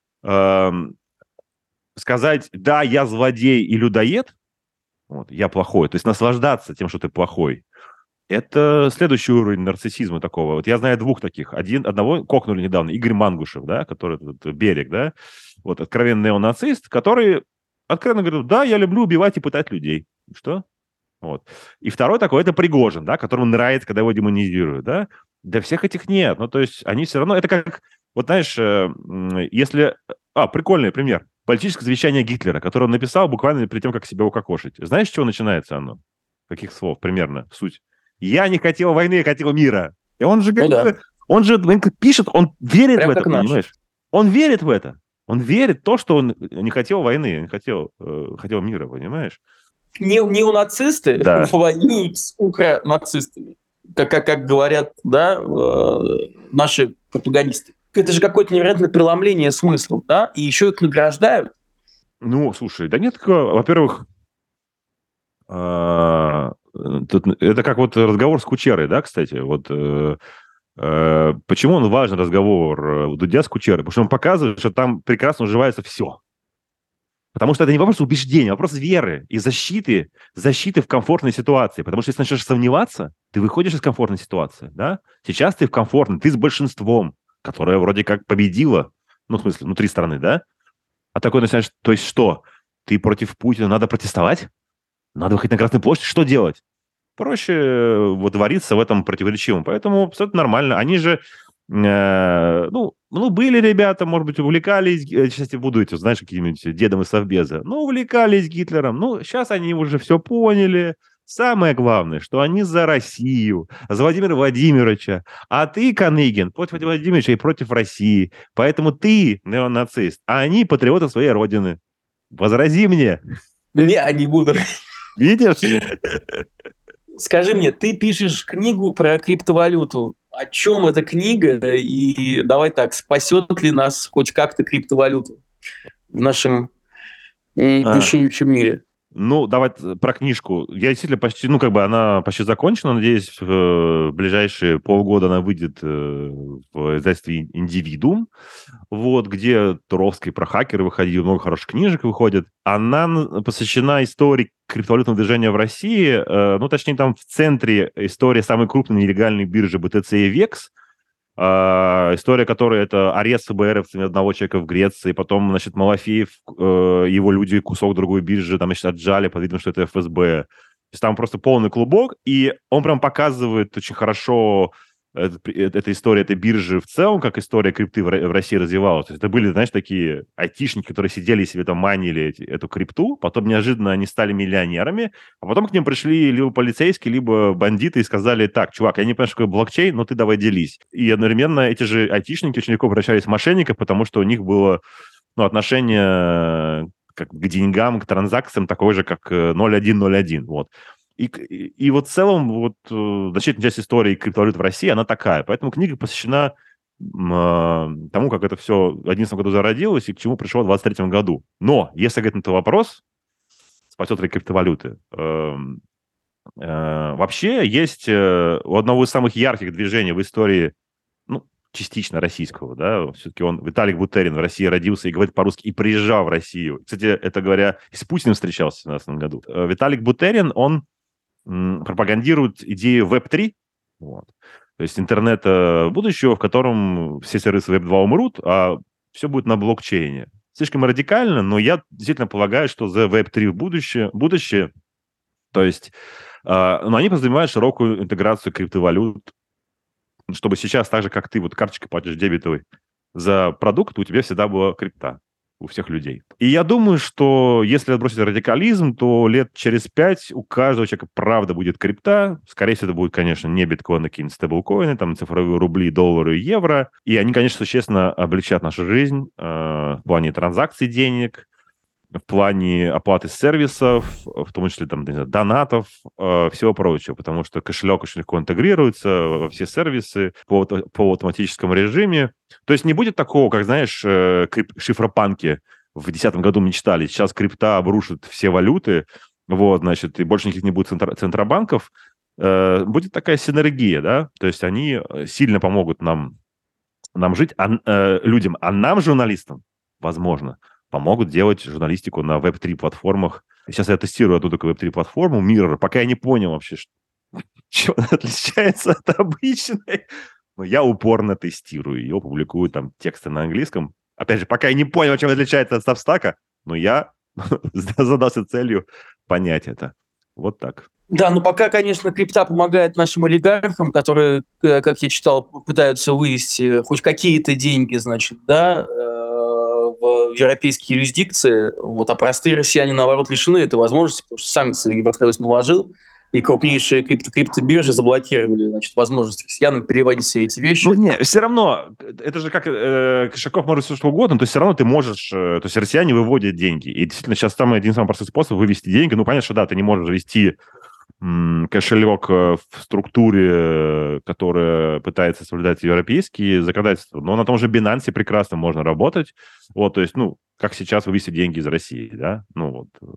S1: сказать, да, я злодей и людоед, вот, я плохой, то есть наслаждаться тем, что ты плохой, это следующий уровень нарциссизма такого. Вот я знаю двух таких. Одного кокнули недавно, Игорь Мангушев, да, который «Берег», да, вот, откровенный неонацист, который откровенно говорит, да, я люблю убивать и пытать людей. Что? Вот. И второй такой, это Пригожин, да, которому нравится, когда его демонизируют, да. Да всех этих нет. Ну, то есть они все равно... Это как, вот знаешь, если... прикольный пример. Политическое завещание Гитлера, которое он написал буквально перед тем, как себя укокошить. Знаешь, с чего начинается оно? Каких слов примерно? Суть. «Я не хотел войны, я хотел мира». И он же,
S2: Ну да.
S1: он же пишет, он верит
S2: Прям
S1: в это,
S2: как наш.
S1: понимаешь? Он верит в это. Он верит в то, что он не хотел войны, он хотел мира, понимаешь?
S2: Неонацисты
S1: Да.
S2: воюют с укронацистами, как говорят, да, наши пропагандисты. Это же какое-то невероятное преломление смыслов, да, и еще их награждают.
S1: Ну, слушай, да нет, во-первых, тут, это как вот разговор с Кучерой, да, кстати, вот почему он важен, разговор Дудя с Кучерой? Потому что он показывает, что там прекрасно уживается все. Потому что это не вопрос убеждения, а вопрос веры и защиты в комфортной ситуации. Потому что если начнешь сомневаться, ты выходишь из комфортной ситуации, да? Сейчас ты в комфортной, ты с большинством, которое вроде как победило, ну, в смысле, внутри страны, да? А такой начинаешь, то есть что? Ты против Путина, надо протестовать? Надо выходить на Красную площадь? Что делать? Проще вот вариться в этом противоречивом. Поэтому абсолютно нормально. Они же, были ребята, может быть, увлекались, сейчас я буду эти, знаешь, какими-нибудь дедом из Совбеза, увлекались Гитлером. Сейчас они уже все поняли. Самое главное, что они за Россию, за Владимира Владимировича, а ты, Каныгин, против Владимира Владимировича и против России. Поэтому ты неонацист, а они патриоты своей родины. Возрази мне.
S2: Я не буду.
S1: Видишь?
S2: Скажи мне, ты пишешь книгу про криптовалюту. О чем эта книга? И давай так, спасет ли нас хоть как-то криптовалюту в нашем бушующем мире?
S1: Давай про книжку. Я действительно почти, она почти закончена. Надеюсь, в ближайшие полгода она выйдет в издательстве «Индивидуум», вот, где Туровский про хакеры выходил, много хороших книжек выходит. Она посвящена истории криптовалютного движения в России. Точнее, там в центре история самой крупной нелегальной биржи BTC и VEX, история которой это арест ФБРовцами одного человека в Греции, потом, значит, Малафеев, его люди кусок другой биржи, там, значит, отжали под видом, что это ФСБ. То есть там просто полный клубок, и он прям показывает очень хорошо эта история этой биржи в целом, как история крипты в России развивалась. То есть это были, знаешь, такие айтишники, которые сидели и себе там манили эту крипту, потом неожиданно они стали миллионерами, а потом к ним пришли либо полицейские, либо бандиты и сказали: так, чувак, я не понимаю, что такое блокчейн, но ты давай делись. И одновременно эти же айтишники очень легко превращались в мошенников, потому что у них было отношение как к деньгам, к транзакциям такое же, как 0.1.0.1. Вот. И вот в целом вот значительная часть истории криптовалют в России, она такая. Поэтому книга посвящена тому, как это все в 2011 году зародилось и к чему пришло в 2023 году. Но если говорить на этот вопрос, спасет ли криптовалюты, вообще есть у одного из самых ярких движений в истории, частично российского, да, все-таки Виталик Бутерин в России родился и говорит по-русски, и приезжал в Россию. Кстати, это говоря, и с Путиным встречался в 2017 году. Виталик Бутерин, он пропагандирует идею Web3, вот. То есть интернета будущего, в котором все сервисы Web2 умрут, а все будет на блокчейне. Слишком радикально, но я действительно полагаю, что за Web3 будущее, то есть, они подразумевают широкую интеграцию криптовалют, чтобы сейчас, так же, как ты, вот карточкой платишь дебетовой, за продукт у тебя всегда была крипта. У всех людей. И я думаю, что если отбросить радикализм, то лет через 5 у каждого человека правда будет крипта. Скорее всего, это будет, конечно, не биткоины, какие-нибудь стейблкоины, там цифровые рубли, доллары, евро. И они, конечно, существенно облегчат нашу жизнь в плане транзакций денег, в плане оплаты сервисов, в том числе там, донатов, всего прочего, потому что кошелек очень легко интегрируется во все сервисы по автоматическому режиме. То есть не будет такого, как, знаешь, шифропанки в 2010 году мечтали. Сейчас крипта обрушит все валюты, вот, значит, и больше никаких не будет центробанков. Будет такая синергия, да, то есть они сильно помогут нам жить, людям, а нам, журналистам, возможно, помогут делать журналистику на Web3 платформах. Сейчас я тестирую одну такую Web3 платформу, Mirror, пока я не понял вообще, чем она отличается от обычной. Но я упорно тестирую ее, публикую там тексты на английском. Опять же, пока я не понял, чем отличается от Substack, но я задался целью понять это. Вот так.
S2: Да, ну пока, конечно, крипта помогает нашим олигархам, которые, как я читал, пытаются вывести хоть какие-то деньги, значит, да, в европейские юрисдикции, вот, а простые россияне, наоборот, лишены этой возможности, потому что санкции Евросоюз наложил, и крупнейшие криптобиржи заблокировали, значит, возможность россиянам переводить все эти вещи.
S1: Ну, не, все равно, это же как Кошельков может все что угодно, то есть все равно ты можешь, то есть россияне выводят деньги, и действительно сейчас один самый простой способ вывести деньги, ну, понятно, что да, ты не можешь ввести кошелек в структуре, которая пытается соблюдать европейские законодательства, но на том же Binance прекрасно можно работать, вот, то есть, ну, как сейчас вывести деньги из России, да, ну, вот,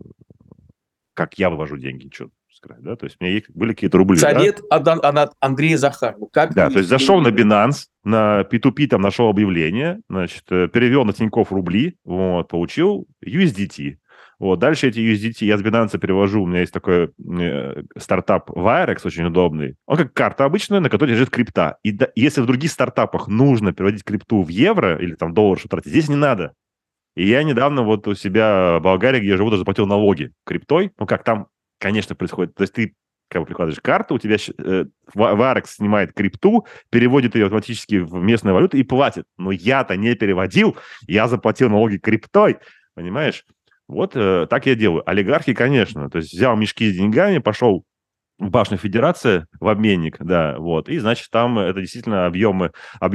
S1: как я вывожу деньги, что сказать, да, то есть у меня были какие-то рубли,
S2: Совет
S1: да?
S2: от Андрея Захарова. Как
S1: да, то есть зашел на Binance, на P2P там нашел объявление, значит, перевел на Тинькофф рубли, вот, получил USDT. Вот, дальше эти USDT я с Binance перевожу, у меня есть такой стартап Wirex, очень удобный. Он как карта обычная, на которой лежит крипта. И если в других стартапах нужно переводить крипту в евро или там доллар, что тратить, здесь не надо. И я недавно вот у себя в Болгарии, где я живу, даже заплатил налоги криптой. Ну, как там, конечно, происходит. То есть ты как бы прикладываешь карту, у тебя Wirex снимает крипту, переводит ее автоматически в местную валюту и платит. Но я-то не переводил, я заплатил налоги криптой, понимаешь? Вот так я делаю. Олигархи, конечно. То есть взял мешки с деньгами, пошел в башню Федерации, в обменник, да, вот, и, значит, там это действительно объемы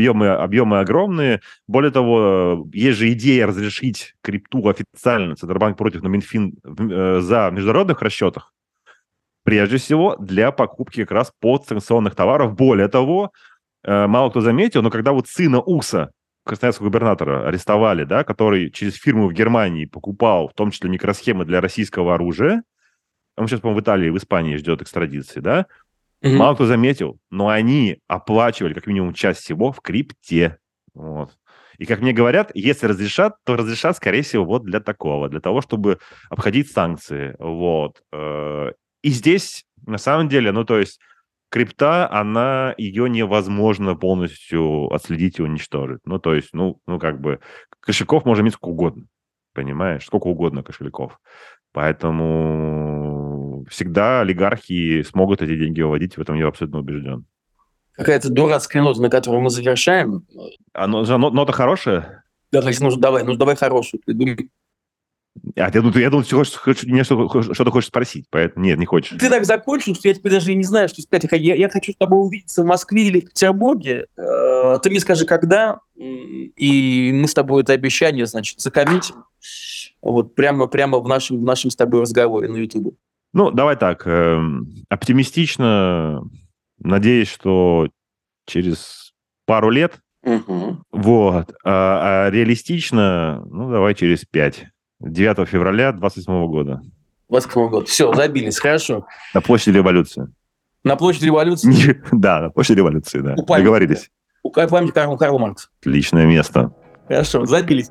S1: огромные. Более того, есть же идея разрешить крипту официально, Центробанк против, на Минфин за международных расчетах, прежде всего для покупки как раз подсанкционных товаров. Более того, мало кто заметил, но когда вот сына УСа, красноярского губернатора, арестовали, да, который через фирму в Германии покупал, в том числе микросхемы для российского оружия, он сейчас, по-моему, в Италии, в Испании ждет экстрадиции, да? Мало кто заметил, но они оплачивали как минимум часть всего в крипте. Вот. И, как мне говорят, если разрешат, то разрешат, скорее всего, вот для такого, для того, чтобы обходить санкции. Вот. И здесь, на самом деле, ну, то есть, крипта, ее невозможно полностью отследить и уничтожить. Ну, то есть, ну как бы, кошельков можно иметь сколько угодно, понимаешь? Сколько угодно кошельков. Поэтому всегда олигархи смогут эти деньги выводить, в этом я абсолютно убежден.
S2: Какая-то дурацкая нота, на которую мы завершаем.
S1: А нота хорошая?
S2: Да, значит, давай хорошую придумай.
S1: Я думал, ты хочешь, что-то хочешь спросить, поэтому нет, не хочешь.
S2: Ты так закончил, что я теперь даже и не знаю, что сказать. Я хочу с тобой увидеться в Москве или в Петербурге. Ты мне скажи, когда, и мы с тобой это обещание, значит, закоммитим. Вот прямо в нашем с тобой разговоре на YouTube.
S1: Ну, давай так, оптимистично, надеюсь, что через пару лет, вот, а реалистично, ну, давай через 5. 9 февраля 28 года.
S2: 28 года. Все, забились, хорошо.
S1: На площади Революции.
S2: На площади Революции?
S1: Да, на площади Революции, да. Договорились.
S2: У памятника Карла Маркса.
S1: Отличное место.
S2: Хорошо, забились.